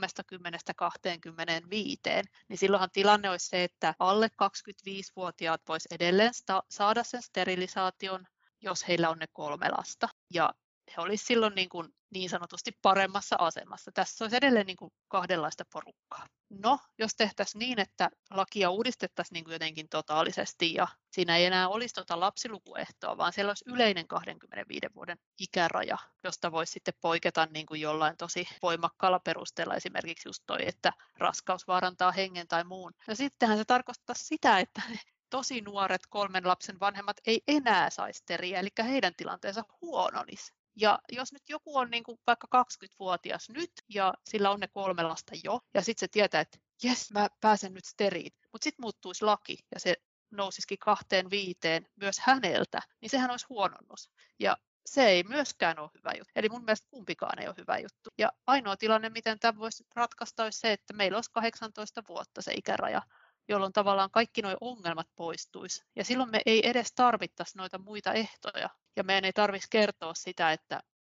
30-25, niin silloinhan tilanne olisi se, että alle 25-vuotiaat vois edelleen saada sen sterilisaation, jos heillä on ne 3 lasta. Ja he olisivat silloin niin sanotusti paremmassa asemassa. Tässä olisi edelleen kahdenlaista porukkaa. No, jos tehtäisiin niin, että lakia uudistettaisiin jotenkin totaalisesti ja siinä ei enää olisi lapsilukuehtoa, vaan siellä olisi yleinen 25 vuoden ikäraja, josta voisi sitten poiketa jollain tosi voimakkaalla perusteella, esimerkiksi just toi, että raskaus vaarantaa hengen tai muun. Ja sittenhän se tarkoittaa sitä, että tosi nuoret 3 lapsen vanhemmat ei enää saisi steriä, eli heidän tilanteensa huononisi. Ja jos nyt joku on vaikka 20-vuotias nyt ja sillä on ne 3 lasta jo, ja sitten se tietää, että jes, mä pääsen nyt steriin, mutta sitten muuttuisi laki ja se nousisikin 25 myös häneltä, niin sehän olisi huononnus. Ja se ei myöskään ole hyvä juttu. Eli mun mielestä kumpikaan ei ole hyvä juttu. Ja ainoa tilanne, miten tämä voisi ratkaista, olisi se, että meillä olisi 18 vuotta se ikäraja, jolloin tavallaan kaikki nuo ongelmat poistuisi. Ja silloin me ei edes tarvittaisi noita muita ehtoja. Ja meidän ei tarvitsisi kertoa sitä, että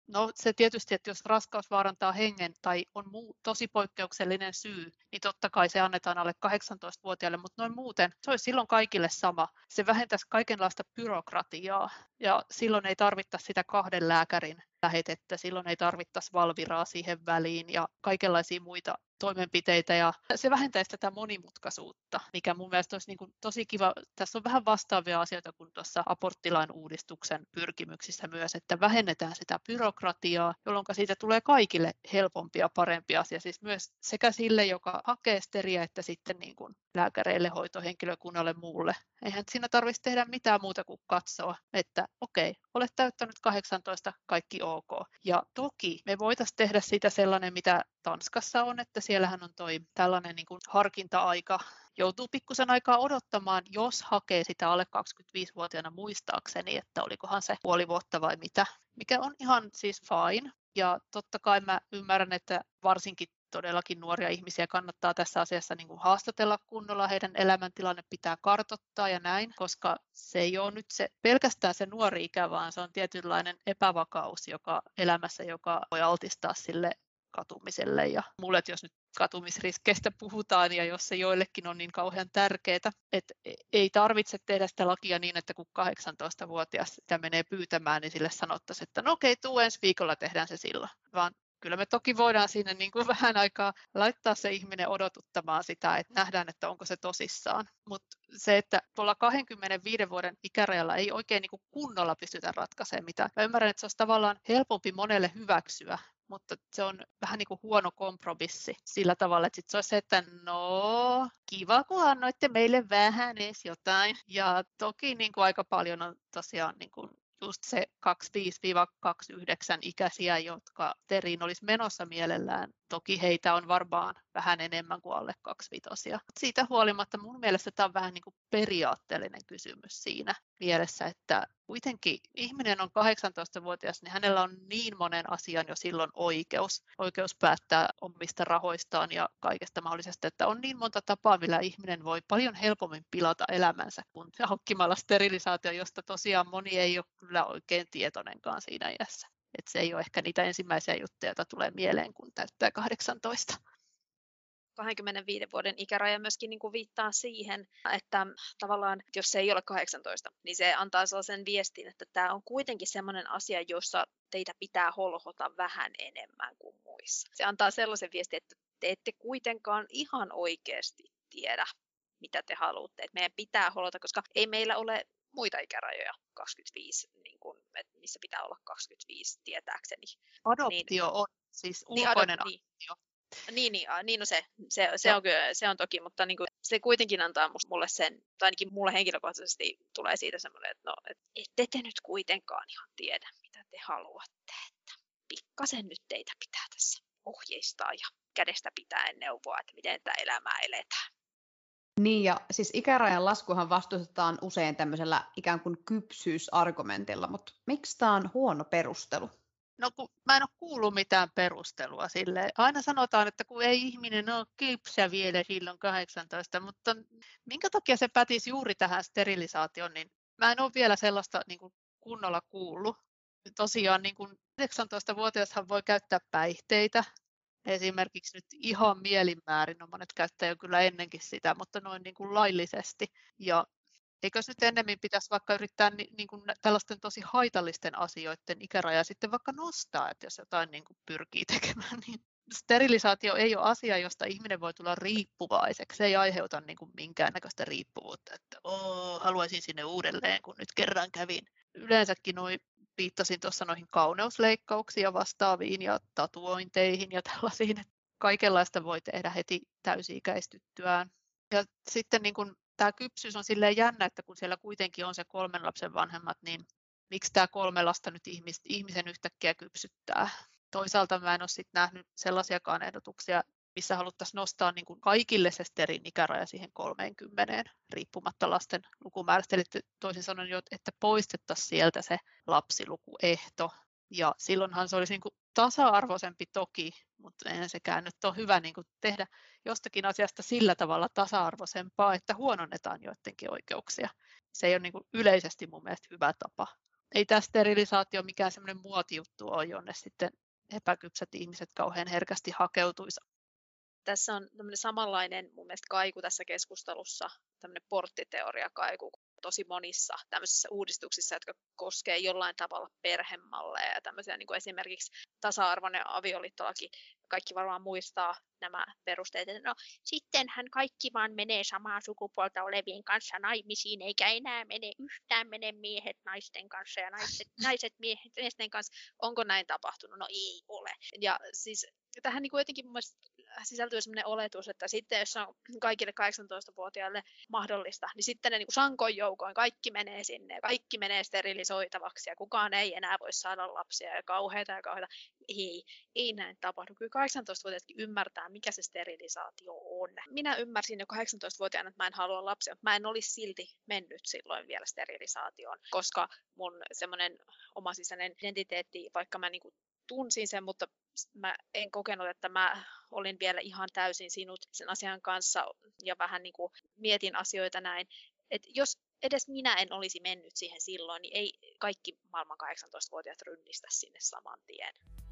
No se tietysti, että jos raskaus vaarantaa hengen tai on tosi poikkeuksellinen syy, niin totta kai se annetaan alle 18-vuotiaille, mutta noin muuten se olisi silloin kaikille sama. Se vähentäisi kaikenlaista byrokratiaa ja silloin ei tarvittaisi sitä 2 lääkärin lähetettä, silloin ei tarvittaisi Valviraa siihen väliin ja kaikenlaisia muita toimenpiteitä ja se vähentäisi tätä monimutkaisuutta, mikä mun mielestä olisi niin kuin tosi kiva. Tässä on vähän vastaavia asioita kuin tuossa aborttilain uudistuksen pyrkimyksissä myös, että vähennetään sitä byrokratiaa, jolloin siitä tulee kaikille helpompi ja parempi asia, siis myös sekä sille, joka hakee steriä, että sitten niin kuin lääkäreille, hoitohenkilökunnalle, muulle. Eihän siinä tarvitsisi tehdä mitään muuta kuin katsoa, että okei, olet täyttänyt 18, kaikki ok. Ja toki me voitaisiin tehdä siitä sellainen, mitä Tanskassa on, että siellähän on tällainen niin kuin harkinta-aika, joutuu pikkusen aikaa odottamaan, jos hakee sitä alle 25-vuotiaana muistaakseni, että olikohan se puoli vuotta vai mitä, mikä on ihan siis fine. Ja totta kai mä ymmärrän, että varsinkin todellakin nuoria ihmisiä kannattaa tässä asiassa niin kuin haastatella kunnolla, heidän elämäntilanne pitää kartoittaa ja näin, koska se ei ole nyt pelkästään se nuori ikä, vaan se on tietynlainen epävakaus elämässä, joka voi altistaa sille katumiselle ja mulle, jos nyt katumisriskeistä puhutaan ja jos se joillekin on niin kauhean tärkeää, että ei tarvitse tehdä sitä lakia niin, että kun 18-vuotias sitä menee pyytämään, niin sille sanottaisiin, että no okei, tuu ensi viikolla, tehdään se silloin, vaan kyllä me toki voidaan siinä niin kuin vähän aikaa laittaa se ihminen odotuttamaan sitä, että nähdään, että onko se tosissaan. Mutta se, että tuolla 25 vuoden ikärajalla ei oikein niin kuin kunnolla pystytä ratkaisemaan mitään. Mä ymmärrän, että se olisi tavallaan helpompi monelle hyväksyä, mutta se on vähän niin kuin huono kompromissi sillä tavalla, että sit se olisi se, että no kiva, kun annoitte meille vähän edes jotain. Ja toki niin kuin aika paljon on tosiaan niin kuin just se 25-29 ikäisiä, jotka steriin olisi menossa mielellään. Toki heitä on varmaan vähän enemmän kuin alle 25. Siitä huolimatta mun mielestä tämä on vähän niin kuin periaatteellinen kysymys siinä mielessä, että kuitenkin ihminen on 18-vuotias, niin hänellä on niin monen asian jo silloin oikeus päättää omista rahoistaan ja kaikesta mahdollisesta, että on niin monta tapaa, millä ihminen voi paljon helpommin pilata elämänsä kuin hankkimalla sterilisaatio, josta tosiaan moni ei ole kyllä oikein tietoinenkaan siinä iässä. Että se ei ole ehkä niitä ensimmäisiä juttuja, joita tulee mieleen, kun täyttää 18. 25 vuoden ikäraja myöskin niin kuin viittaa siihen, että tavallaan jos se ei ole 18, niin se antaa sellaisen viestin, että tämä on kuitenkin sellainen asia, jossa teitä pitää holhota vähän enemmän kuin muissa. Se antaa sellaisen viestin, että te ette kuitenkaan ihan oikeasti tiedä, mitä te haluatte. Että meidän pitää holhota, koska ei meillä ole muita ikärajoja 25, niin kuin, että missä pitää olla 25 tietääkseni. Adoptio on siis ulkoinen adoptio. Niin, no se on toki, mutta niin kuin, se kuitenkin antaa mulle sen, tai ainakin mulle henkilökohtaisesti tulee siitä semmoinen, että no, ette te nyt kuitenkaan ihan tiedä, mitä te haluatte, että pikkasen nyt teitä pitää tässä ohjeistaa ja kädestä pitäen neuvoa, että miten tätä elämää eletään. Niin, ja siis ikärajan laskuhan vastustetaan usein tämmöisellä ikään kuin kypsyysargumentilla, mutta miksi tämä on huono perustelu? No kun mä en ole kuullut mitään perustelua sille. Aina sanotaan, että kun ei ihminen ole kypsä vielä silloin 18, mutta minkä takia se pätisi juuri tähän sterilisaatioon, niin mä en ole vielä sellaista niin kuin kunnolla kuullut. Tosiaan niin kuin 18-vuotiashan voi käyttää päihteitä, esimerkiksi nyt ihan mielinmäärin, no monet käyttää jo kyllä ennenkin sitä, mutta noin niin kuin laillisesti. Ja eikös nyt ennemmin pitäisi vaikka yrittää niin kuin tällaisten tosi haitallisten asioiden ikärajaa sitten vaikka nostaa, että jos jotain niin kuin pyrkii tekemään, niin sterilisaatio ei ole asia, josta ihminen voi tulla riippuvaiseksi. Se ei aiheuta niin kuin minkäännäköistä riippuvuutta, että haluaisin sinne uudelleen, kun nyt kerran kävin. Yleensäkin viittasin tuossa noihin kauneusleikkauksiin ja vastaaviin ja tatuointeihin ja tällaisiin, että kaikenlaista voi tehdä heti täysi-ikäistyttyään. Ja sitten niin kun tämä kypsyys on silleen jännä, että kun siellä kuitenkin on se 3 lapsen vanhemmat, niin miksi tämä 3 lasta nyt ihmisen yhtäkkiä kypsyttää? Toisaalta mä en ole sit nähnyt sellaisiakaan ehdotuksia, missä haluttaisiin nostaa niin kuin kaikille se sterin ikäraja siihen 30 riippumatta lasten lukumäärästä. Eli toisin sanoen, että poistettaisiin sieltä se lapsilukuehto. Ja silloinhan se olisi niin kuin tasa-arvoisempi toki, mutta eihän sekään nyt ole hyvä niin kuin tehdä jostakin asiasta sillä tavalla tasa-arvoisempaa, että huononnetaan joidenkin oikeuksia. Se ei ole niin kuin yleisesti mun mielestä hyvä tapa ei tämä sterilisaatio mikään semmoinen muotijuttu ole, jonne sitten epäkypsät ihmiset kauhean herkästi hakeutuisi. Tässä on tämmöinen samanlainen mun mielestä kaiku tässä keskustelussa, tämmöinen porttiteoriakaiku tosi monissa tämmöisissä uudistuksissa, jotka koskee jollain tavalla perhemalleja ja tämmöisiä niin kuin esimerkiksi tasa-arvoinen avioliittolaki. Kaikki varmaan muistaa nämä perusteet, että no sittenhän kaikki vaan menee samaa sukupuolta olevien kanssa naimisiin, eikä enää mene miehet naisten kanssa ja naiset miesten kanssa. Onko näin tapahtunut? No ei ole. Ja siis tähän niin kuin jotenkin mun mielestä sisältyy sellainen oletus, että sitten jos on kaikille 18-vuotiaille mahdollista, niin sitten ne niin kuin sankoin joukoin kaikki menee sinne, kaikki menee sterilisoitavaksi ja kukaan ei enää voi saada lapsia ja kauheita. Ei näin tapahdu. Kyllä 18-vuotiaatkin ymmärtää, mikä se sterilisaatio on. Minä ymmärsin jo 18-vuotiaana, että mä en halua lapsia, mutta mä en olisi silti mennyt silloin vielä sterilisaatioon, koska mun semmoinen oma sisäinen identiteetti, vaikka mä niinku tunsin sen, mutta mä en kokenut, että mä olin vielä ihan täysin sinut sen asian kanssa ja vähän niin kuin mietin asioita näin. Et jos edes minä en olisi mennyt siihen silloin, niin ei kaikki maailman 18-vuotiaat rynnistä sinne saman tien.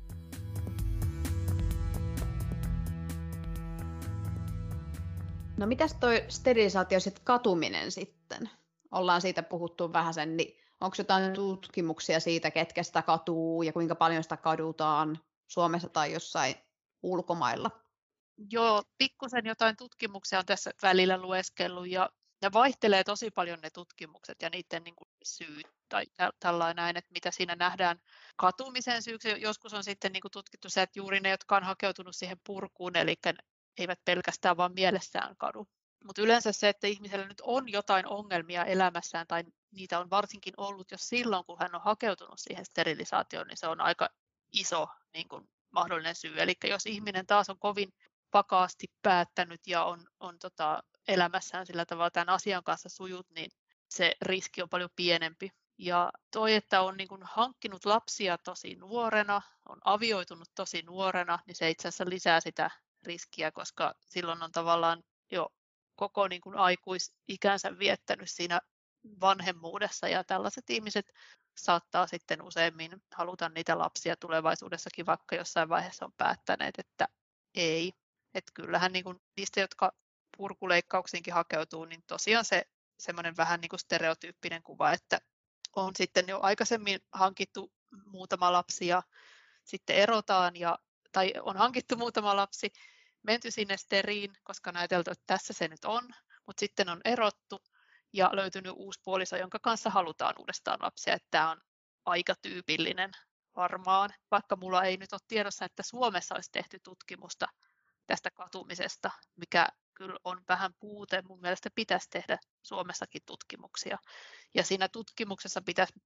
No mitäs toi sterilisaatio sitten katuminen sitten? Ollaan siitä puhuttu vähän sen, niin onko jotain tutkimuksia siitä, ketkä sitä katuu ja kuinka paljon sitä kadutaan Suomessa tai jossain ulkomailla? Joo, pikkusen jotain tutkimuksia on tässä välillä lueskellut ja vaihtelee tosi paljon ne tutkimukset ja niiden niin kuin syyt tai tällainen näin, että mitä siinä nähdään katumisen syyksi. Joskus on sitten niin kuin tutkittu se, että juuri ne, jotka on hakeutunut siihen purkuun, eli eivät pelkästään vaan mielessään kadu. Mutta yleensä se, että ihmisellä nyt on jotain ongelmia elämässään tai niitä on varsinkin ollut jo silloin, kun hän on hakeutunut siihen sterilisaatioon, niin se on aika iso niin kuin mahdollinen syy. Eli jos ihminen taas on kovin vakaasti päättänyt ja on elämässään sillä tavalla tämän asian kanssa sujut, niin se riski on paljon pienempi. Ja toi, että on niin kuin hankkinut lapsia tosi nuorena, on avioitunut tosi nuorena, niin se itse asiassa lisää sitä riskiä, koska silloin on tavallaan jo koko niin kuin aikuisikänsä viettänyt siinä vanhemmuudessa ja tällaiset ihmiset saattaa sitten useimmin haluta niitä lapsia tulevaisuudessakin, vaikka jossain vaiheessa on päättäneet, että ei. Että kyllähän niin kuin niistä, jotka purkuleikkauksiinkin hakeutuu, niin tosiaan se semmoinen vähän niin kuin stereotyyppinen kuva, että on sitten jo aikaisemmin hankittu muutama lapsi ja sitten erotaan, tai on hankittu muutama lapsi, menty sinne steriin, koska on ajateltu, että tässä se nyt on, mutta sitten on erottu ja löytynyt uusi puoliso, jonka kanssa halutaan uudestaan lapsia, että tämä on aika tyypillinen varmaan, vaikka mulla ei nyt ole tiedossa, että Suomessa olisi tehty tutkimusta tästä katumisesta, mikä kyllä on vähän puute. Mun mielestä pitäisi tehdä Suomessakin tutkimuksia. Ja siinä tutkimuksessa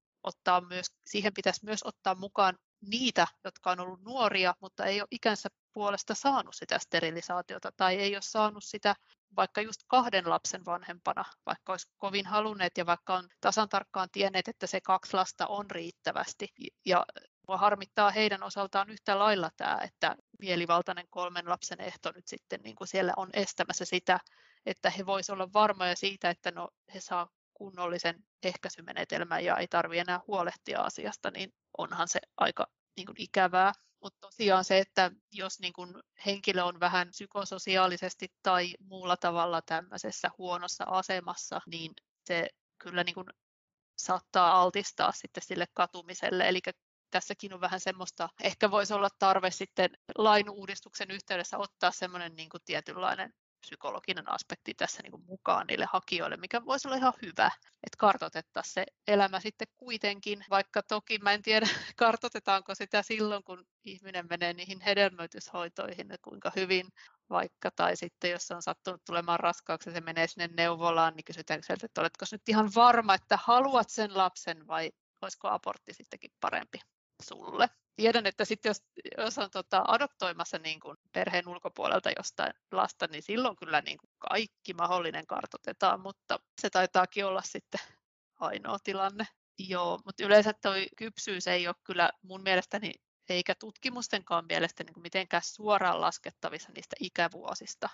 siihen pitäisi myös ottaa mukaan niitä, jotka on ollut nuoria, mutta ei ole ikänsä puolesta saanut sitä sterilisaatiota tai ei ole saanut sitä vaikka just 2 lapsen vanhempana, vaikka olisi kovin halunneet ja vaikka on tasan tarkkaan tienneet, että se 2 lasta on riittävästi. Ja harmittaa heidän osaltaan yhtä lailla tämä, että mielivaltainen 3 lapsen ehto nyt sitten niin kuin siellä on estämässä sitä, että he voisivat olla varmoja siitä, että he saa kunnollisen ehkäisymenetelmän ja ei tarvitse enää huolehtia asiasta, niin onhan se aika niin kuin ikävää. Mutta tosiaan se, että jos niin kun henkilö on vähän psykososiaalisesti tai muulla tavalla tämmöisessä huonossa asemassa, niin se kyllä niin kun saattaa altistaa sitten sille katumiselle. Eli tässäkin on vähän semmoista, ehkä voisi olla tarve sitten lainuudistuksen yhteydessä ottaa semmoinen niin kuin tietynlainen psykologinen aspekti tässä niin kuin mukaan niille hakijoille, mikä voisi olla ihan hyvä, että kartoitettaisiin se elämä sitten kuitenkin, vaikka toki mä en tiedä, kartoitetaanko sitä silloin, kun ihminen menee niihin hedelmöityshoitoihin, kuinka hyvin vaikka, tai sitten jos on sattunut tulemaan raskaaksi ja se menee sinne neuvolaan, niin kysytään sieltä, että oletko nyt ihan varma, että haluat sen lapsen vai olisiko abortti sittenkin parempi sulle. Tiedän, että sitten jos on adoptoimassa niin kuin perheen ulkopuolelta jostain lasta, niin silloin kyllä niin kuin kaikki mahdollinen kartoitetaan, mutta se taitaakin olla sitten ainoa tilanne. Joo, mutta yleensä tuo kypsyys ei ole kyllä mun mielestäni, eikä tutkimustenkaan mielestä niin kuin mitenkään suoraan laskettavissa niistä ikävuosista.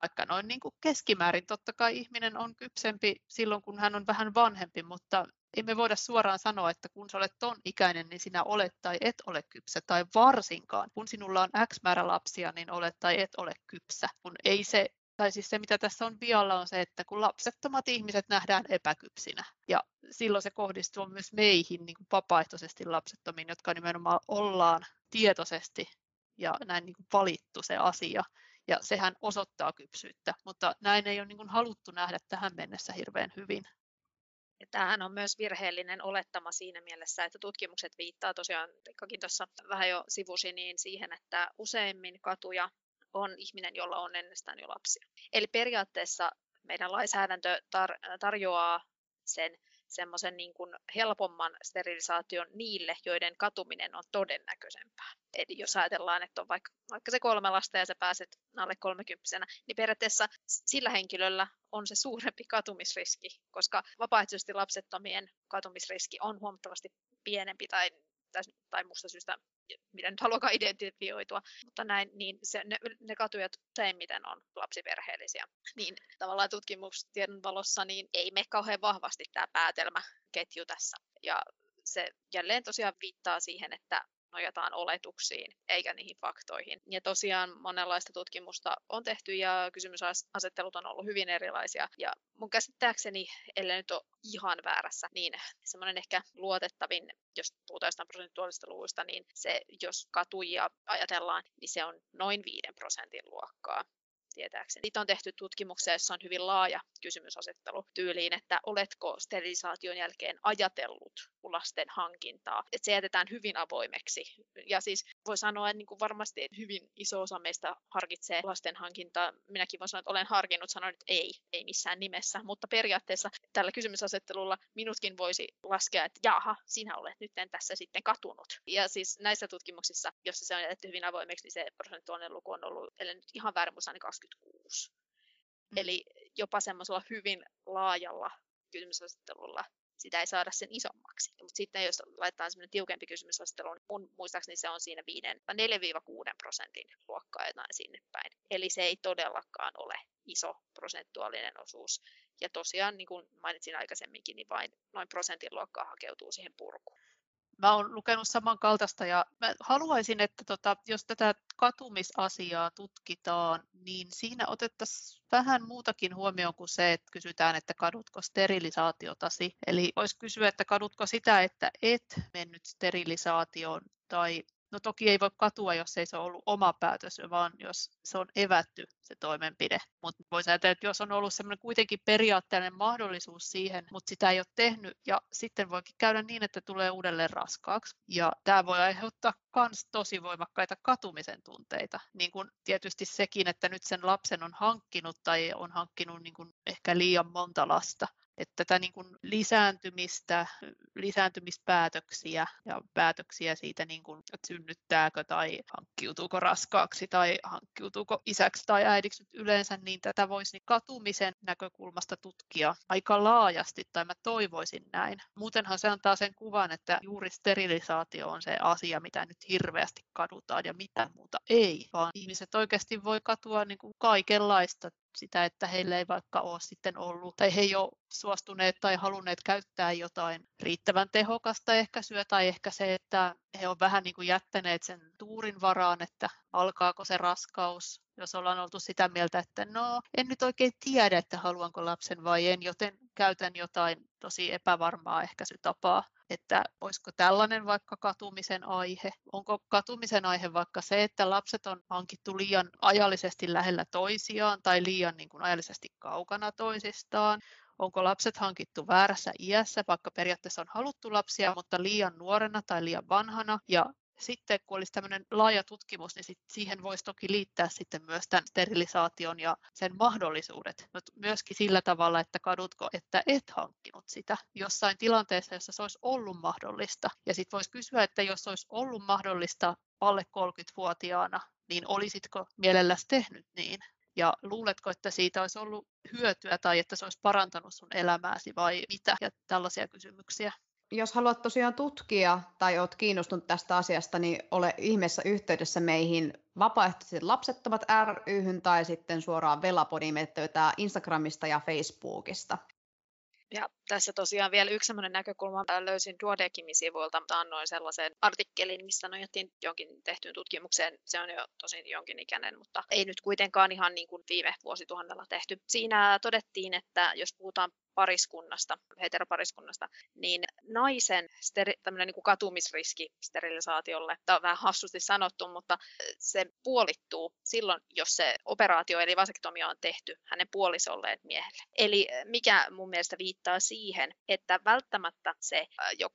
vaikka noin niin kuin keskimäärin totta kai ihminen on kypsempi silloin, kun hän on vähän vanhempi, mutta emme voida suoraan sanoa, että kun sä olet ton ikäinen, niin sinä olet tai et ole kypsä, tai varsinkaan, kun sinulla on X määrä lapsia, niin olet tai et ole kypsä, kun ei se, tai siis se mitä tässä on vialla on se, että kun lapsettomat ihmiset nähdään epäkypsinä, ja silloin se kohdistuu myös meihin niin kuin vapaaehtoisesti lapsettomiin, jotka nimenomaan ollaan tietoisesti ja näin niin kuin valittu se asia, ja sehän osoittaa kypsyyttä, mutta näin ei ole niin kuin haluttu nähdä tähän mennessä hirveän hyvin. Ja tämähän on myös virheellinen olettama siinä mielessä, että tutkimukset viittaa tosiaan, Pekkakin tuossa vähän jo sivusi, niin siihen, että useimmin katuja on ihminen, jolla on ennestään jo lapsia. Eli periaatteessa meidän lainsäädäntö tarjoaa sen semmoisen niin kuin helpomman sterilisaation niille, joiden katuminen on todennäköisempää. Eli jos ajatellaan, että on vaikka se 3 lasta ja sä pääset alle 30, niin periaatteessa sillä henkilöllä on se suurempi katumisriski, koska vapaaehtoisesti lapsettomien katumisriski on huomattavasti pienempi tai muusta syystä, mitä nyt haluakaan identifioitua, mutta näin, niin ne katujat useimmiten on lapsiperheellisiä. Niin tavallaan tutkimustiedon valossa niin ei mene kauhean vahvasti tämä päätelmäketju tässä. Ja se jälleen tosiaan viittaa siihen, että nojataan oletuksiin eikä niihin faktoihin. Ja tosiaan monenlaista tutkimusta on tehty ja kysymysasettelut on ollut hyvin erilaisia. Ja mun käsittääkseni, ellei nyt ole ihan väärässä, niin semmoinen ehkä luotettavin, jos puhutaan jostain prosentuaalista luvuista, niin se, jos katujia ajatellaan, niin se on noin 5% luokkaa. Tietääkseni. Siitä on tehty tutkimuksia, jossa on hyvin laaja kysymysasettelu tyyliin, että oletko sterilisaation jälkeen ajatellut lasten hankintaa. Että se jätetään hyvin avoimeksi. Ja siis voi sanoa, että niin kuin varmasti hyvin iso osa meistä harkitsee lasten hankintaa. Minäkin voin sanoa, että olen harkinnut, sanoin, että ei missään nimessä. Mutta periaatteessa tällä kysymysasettelulla minutkin voisi laskea, että jaha, sinä olet nyt tässä sitten katunut. Ja siis näissä tutkimuksissa, jossa se on jätetty hyvin avoimeksi, niin se prosentuaalinen luku on ollut, ellei nyt ihan väärin muista, niin 26. Eli jopa semmoisella hyvin laajalla kysymysasettelulla sitä ei saada sen isommaksi. Mutta sitten jos laitetaan semmoinen tiukempi kysymysasettelu, niin mun muistaakseni se on siinä 4-6% luokkaa jotain sinne päin. Eli se ei todellakaan ole iso prosentuaalinen osuus. Ja tosiaan, niin kuin mainitsin aikaisemminkin, niin vain noin prosentin luokkaa hakeutuu siihen purkuun. Mä oon lukenut samankaltaista ja mä haluaisin, että jos tätä katumisasiaa tutkitaan, niin siinä otettaisiin vähän muutakin huomioon kuin se, että kysytään, että kadutko sterilisaatiotasi. Eli voisi kysyä, että kadutko sitä, että et mennyt sterilisaatioon tai no toki ei voi katua, jos ei se ole ollut oma päätös, vaan jos se on evätty se toimenpide. Mutta voisi ajatella, että jos on ollut semmoinen kuitenkin periaatteellinen mahdollisuus siihen, mutta sitä ei ole tehnyt, ja sitten voikin käydä niin, että tulee uudelleen raskaaksi. Ja tämä voi aiheuttaa myös tosi voimakkaita katumisen tunteita. Niin kuin tietysti sekin, että nyt sen lapsen on hankkinut tai on hankkinut niin kuin ehkä liian monta lasta. Että tätä niin kuin lisääntymispäätöksiä ja päätöksiä siitä, niin kuin, että synnyttääkö tai hankkiutuuko raskaaksi tai hankkiutuuko isäksi tai äidiksi nyt yleensä, niin tätä voisi niin katumisen näkökulmasta tutkia aika laajasti, tai mä toivoisin näin. Muutenhan se antaa sen kuvan, että juuri sterilisaatio on se asia, mitä nyt hirveästi kadutaan ja mitä muuta ei, vaan ihmiset oikeasti voi katua niin kuin kaikenlaista. Sitä, että heillä ei vaikka ole sitten ollut, tai he ei ole suostuneet tai halunneet käyttää jotain riittävän tehokasta ehkäisyä, tai ehkä se, että he ovat vähän niin kuin jättäneet sen tuurin varaan, että alkaako se raskaus, jos ollaan oltu sitä mieltä, että no, en nyt oikein tiedä, että haluanko lapsen vai en, joten käytän jotain tosi epävarmaa ehkäisytapaa. Että olisiko tällainen vaikka katumisen aihe? Onko katumisen aihe vaikka se, että lapset on hankittu liian ajallisesti lähellä toisiaan tai liian niin kuin ajallisesti kaukana toisistaan? Onko lapset hankittu väärässä iässä, vaikka periaatteessa on haluttu lapsia, mutta liian nuorena tai liian vanhana? Ja sitten kun olisi tämmöinen laaja tutkimus, niin siihen voisi toki liittää sitten myös tämän sterilisaation ja sen mahdollisuudet. Mutta myöskin sillä tavalla, että kadutko, että et hankkinut sitä jossain tilanteessa, jossa se olisi ollut mahdollista. Ja sitten voisi kysyä, että jos olisi ollut mahdollista alle 30-vuotiaana, niin olisitko mielelläsi tehnyt niin? Ja luuletko, että siitä olisi ollut hyötyä tai että se olisi parantanut sun elämääsi vai mitä? Ja tällaisia kysymyksiä. Jos haluat tosiaan tutkia tai olet kiinnostunut tästä asiasta, niin ole ihmeessä yhteydessä meihin Vapaaehtoiset lapsettomat ry:hyn tai sitten suoraan Velapodiin. Meidät löytää Instagramista ja Facebookista. Ja tässä tosiaan vielä yksi sellainen näkökulma, löysin Duodecimin sivuilta, mutta annoin sellaisen artikkelin, missä nojattiin jonkin tehtyyn tutkimukseen. Se on jo tosin jonkin ikäinen, mutta ei nyt kuitenkaan ihan niin kuin viime vuosituhannella tehty. Siinä todettiin, että jos puhutaan pariskunnasta, heteropariskunnasta, niin naisen tämmöinen niin kuin katumisriski sterilisaatiolle, tämä on vähän hassusti sanottu, mutta se puolittuu silloin, jos se operaatio eli vasektomia on tehty hänen puolisolleen miehelle. Eli mikä mun mielestä viittaa siihen, että välttämättä se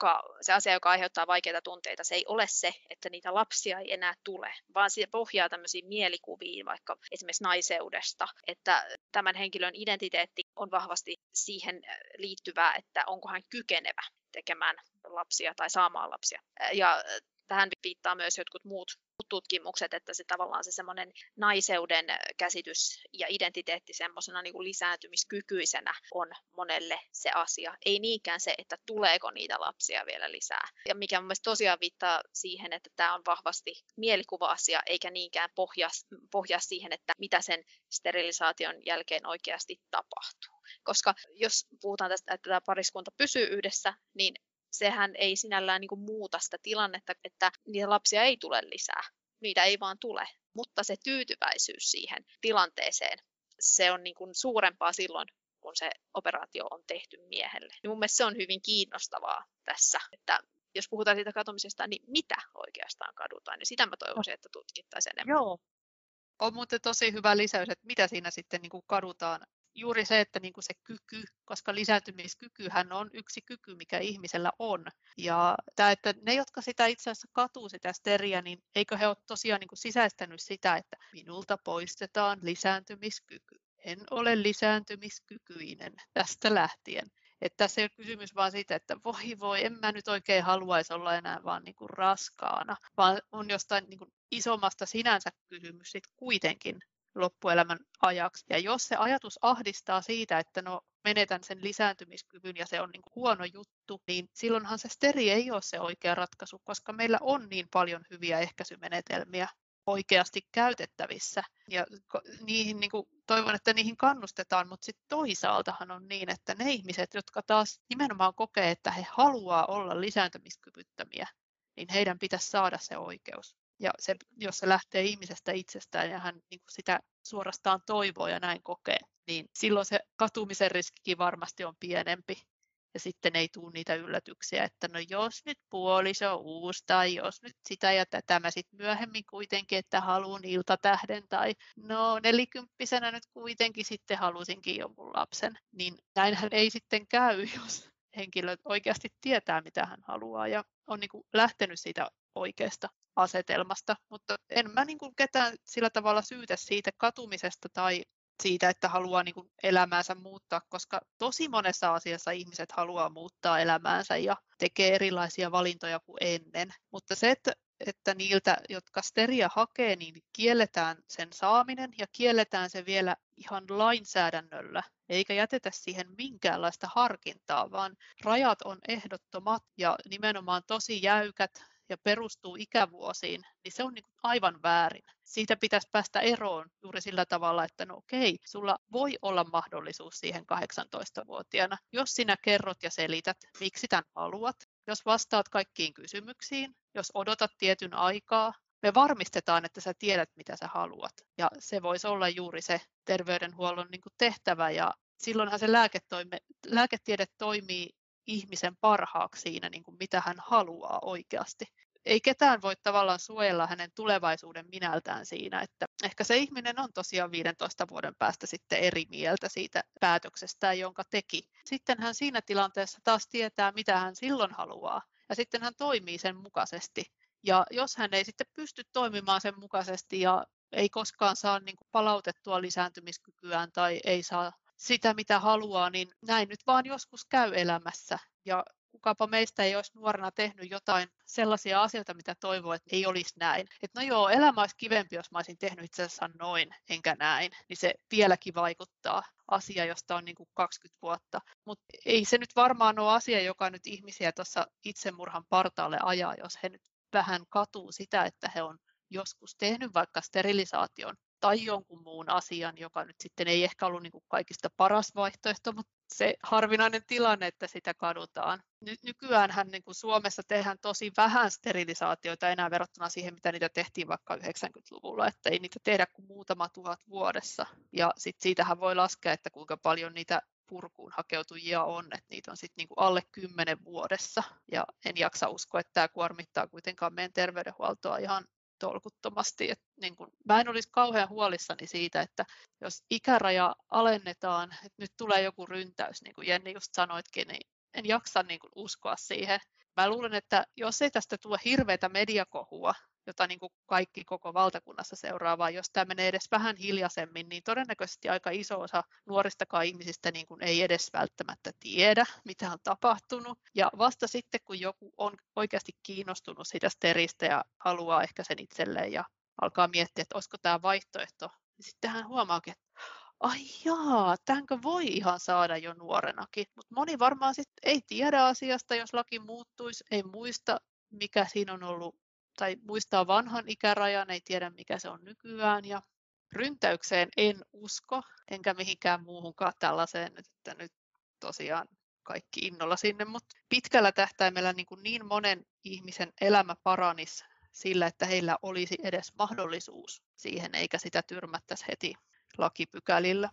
asia, joka aiheuttaa vaikeita tunteita, se ei ole se, että niitä lapsia ei enää tule, vaan se pohjaa tämmöisiin mielikuviin, vaikka esimerkiksi naiseudesta, että tämän henkilön identiteetti on vahvasti siihen liittyvää, että onko hän kykenevä tekemään lapsia tai saamaan lapsia. Ja tähän viittaa myös jotkut muut tutkimukset, että se tavallaan se semmoinen naiseuden käsitys ja identiteetti semmoisena niin kuin lisääntymiskykyisenä on monelle se asia. Ei niinkään se, että tuleeko niitä lapsia vielä lisää. Ja mikä mun mielestä tosiaan viittaa siihen, että tämä on vahvasti mielikuva-asia, eikä niinkään pohjaa siihen, että mitä sen sterilisaation jälkeen oikeasti tapahtuu. Koska jos puhutaan tästä, että tämä pariskunta pysyy yhdessä, niin sehän ei sinällään niin kuin muuta sitä tilannetta, että niitä lapsia ei tule lisää. Niitä ei vaan tule, mutta se tyytyväisyys siihen tilanteeseen, se on niin kuin suurempaa silloin, kun se operaatio on tehty miehelle. Ja mun mielestä se on hyvin kiinnostavaa tässä, että jos puhutaan siitä katumisesta, niin mitä oikeastaan kadutaan, niin sitä mä toivoisin, että tutkittaisiin enemmän. Joo. On muuten tosi hyvä lisäys, että mitä siinä sitten niin kuin kadutaan. Juuri se, että niin kuin se kyky, koska lisääntymiskykyhän on yksi kyky, mikä ihmisellä on. Ja tämä, että ne, jotka sitä itse asiassa katuu sitä steriä, niin eikö he ole tosiaan niin kuin sisäistänyt sitä, että minulta poistetaan lisääntymiskyky. En ole lisääntymiskykyinen tästä lähtien. Että tässä ei ole kysymys vaan siitä, että voi, en mä nyt oikein haluaisi olla enää vaan niin kuin raskaana, vaan on jostain niin kuin isommasta sinänsä kysymys sitten kuitenkin loppuelämän ajaksi. Ja jos se ajatus ahdistaa siitä, että no menetän sen lisääntymiskyvyn ja se on niin kuin huono juttu, niin silloinhan se steri ei ole se oikea ratkaisu, koska meillä on niin paljon hyviä ehkäisymenetelmiä oikeasti käytettävissä. Ja niihin, niin kuin, toivon, että niihin kannustetaan, mutta sitten toisaaltahan on niin, että ne ihmiset, jotka taas nimenomaan kokee, että he haluaa olla lisääntymiskyvyttömiä, niin heidän pitäisi saada se oikeus. Ja se, jos se lähtee ihmisestä itsestään ja hän niin kuin sitä suorastaan toivoo ja näin kokee, niin silloin se katumisen riskikin varmasti on pienempi. Ja sitten ei tule niitä yllätyksiä, että no jos nyt puoliso uusi tai jos nyt sitä ja tätä mä sitten myöhemmin kuitenkin, että haluan iltatähden tai no 40-vuotiaana nyt kuitenkin sitten halusinkin jonkun lapsen. Niin näinhän ei sitten käy, jos henkilö oikeasti tietää mitä hän haluaa ja on niin kuin lähtenyt siitä oikeasta asetelmasta, mutta en mä niin kuin ketään sillä tavalla syytä siitä katumisesta tai siitä, että haluaa niin kuin elämäänsä muuttaa, koska tosi monessa asiassa ihmiset haluaa muuttaa elämäänsä ja tekee erilaisia valintoja kuin ennen, mutta se, että niiltä, jotka steriä hakee, niin kielletään sen saaminen ja kielletään se vielä ihan lainsäädännöllä, eikä jätetä siihen minkäänlaista harkintaa, vaan rajat on ehdottomat ja nimenomaan tosi jäykät ja perustuu ikävuosiin, niin se on niin kuin aivan väärin. Siitä pitäisi päästä eroon juuri sillä tavalla, että no okei, sulla voi olla mahdollisuus siihen 18-vuotiaana, jos sinä kerrot ja selität, miksi tämän haluat, jos vastaat kaikkiin kysymyksiin, jos odotat tietyn aikaa, me varmistetaan, että sä tiedät, mitä sä haluat. Ja se voisi olla juuri se terveydenhuollon niin kuin tehtävä, ja silloinhan se lääketiede toimii ihmisen parhaaksi siinä, niin kuin mitä hän haluaa oikeasti. Ei ketään voi tavallaan suojella hänen tulevaisuuden minältään siinä, että ehkä se ihminen on tosiaan 15 vuoden päästä sitten eri mieltä siitä päätöksestä, jonka teki. Sitten hän siinä tilanteessa taas tietää, mitä hän silloin haluaa, ja sitten hän toimii sen mukaisesti. Ja jos hän ei sitten pysty toimimaan sen mukaisesti ja ei koskaan saa niin kuin palautettua lisääntymiskykyään tai ei saa sitä, mitä haluaa, niin näin nyt vaan joskus käy elämässä. Ja kukapa meistä ei olisi nuorena tehnyt jotain sellaisia asioita, mitä toivoo, että ei olisi näin. Että no joo, elämä olisi kivempi, jos mä olisin tehnyt itse asiassa noin, enkä näin. Niin se vieläkin vaikuttaa asia, josta on niin kuin 20 vuotta. Mutta ei se nyt varmaan ole asia, joka nyt ihmisiä tuossa itsemurhan partaalle ajaa, jos he nyt vähän katuu sitä, että he on joskus tehnyt vaikka sterilisaation tai jonkun muun asian, joka nyt sitten ei ehkä ollut niin kuin kaikista paras vaihtoehto, mutta se harvinainen tilanne, että sitä kadutaan. Nykyäänhän niin kuin Suomessa tehdään tosi vähän sterilisaatioita enää verrattuna siihen, mitä niitä tehtiin vaikka 90-luvulla, että ei niitä tehdä kuin muutama tuhat vuodessa. Ja sitten siitähän voi laskea, että kuinka paljon niitä purkuun hakeutujia on, että niitä on sitten niinku alle 10 vuodessa. Ja en jaksa uskoa, että tämä kuormittaa kuitenkaan meidän terveydenhuoltoa ihan tolkuttomasti. Niin kun, mä en olisi kauhean huolissani siitä, että jos ikäraja alennetaan, että nyt tulee joku ryntäys, niin kuin Jenni just sanoitkin, niin en jaksa niin kun uskoa siihen. Mä luulen, että jos ei tästä tule hirveätä mediakohua, jota niin kuin kaikki koko valtakunnassa seuraa, vaan jos tämä menee edes vähän hiljaisemmin, niin todennäköisesti aika iso osa nuoristakaan ihmisistä niin kuin ei edes välttämättä tiedä, mitä on tapahtunut. Ja vasta sitten, kun joku on oikeasti kiinnostunut siitä steristä ja haluaa ehkä sen itselleen ja alkaa miettiä, että olisiko tämä vaihtoehto, niin sitten hän huomaakin, että ai jaa, tämänkö voi ihan saada jo nuorenakin. Mutta moni varmaan sitten ei tiedä asiasta, jos laki muuttuisi, ei muista, mikä siinä on ollut, tai muistaa vanhan ikärajan, ei tiedä mikä se on nykyään. Ja ryntäykseen en usko, enkä mihinkään muuhunkaan tällaiseen, että nyt tosiaan kaikki innolla sinne, mutta pitkällä tähtäimellä niin monen ihmisen elämä paranisi sillä, että heillä olisi edes mahdollisuus siihen, eikä sitä tyrmättäisi heti lakipykälillä.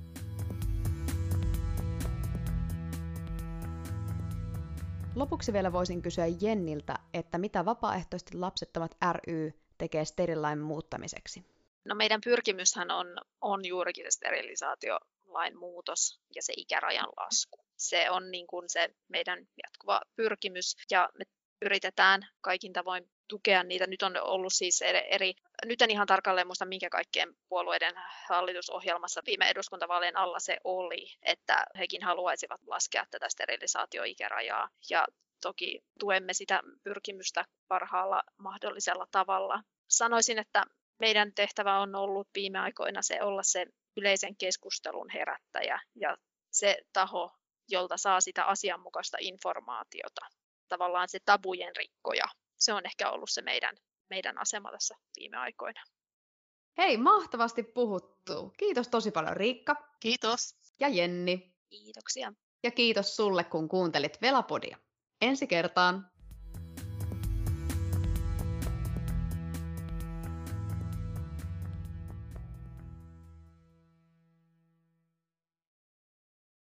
Lopuksi vielä voisin kysyä Jenniltä, että mitä Vapaaehtoisesti lapsettomat ry tekee sterilain muuttamiseksi? No meidän pyrkimyshän on juurikin se sterilisaatiolain muutos ja se ikärajan lasku. Se on niin kuin se meidän jatkuva pyrkimys ja me yritetään kaikin tavoin tukea niitä. Nyt on ollut siis nyt en ihan tarkalleen muista, minkä kaikkien puolueiden hallitusohjelmassa viime eduskuntavaalien alla se oli, että hekin haluaisivat laskea tätä sterilisaatioikärajaa. Ja toki tuemme sitä pyrkimystä parhaalla mahdollisella tavalla. Sanoisin, että meidän tehtävä on ollut viime aikoina olla se yleisen keskustelun herättäjä ja se taho, jolta saa sitä asianmukaista informaatiota. Tavallaan se tabujen rikkoja. Se on ehkä ollut se meidän asema tässä viime aikoina. Hei, mahtavasti puhuttu. Kiitos tosi paljon Riikka. Kiitos. Ja Jenni. Kiitoksia. Ja kiitos sulle, kun kuuntelit Velapodia. Ensi kertaan.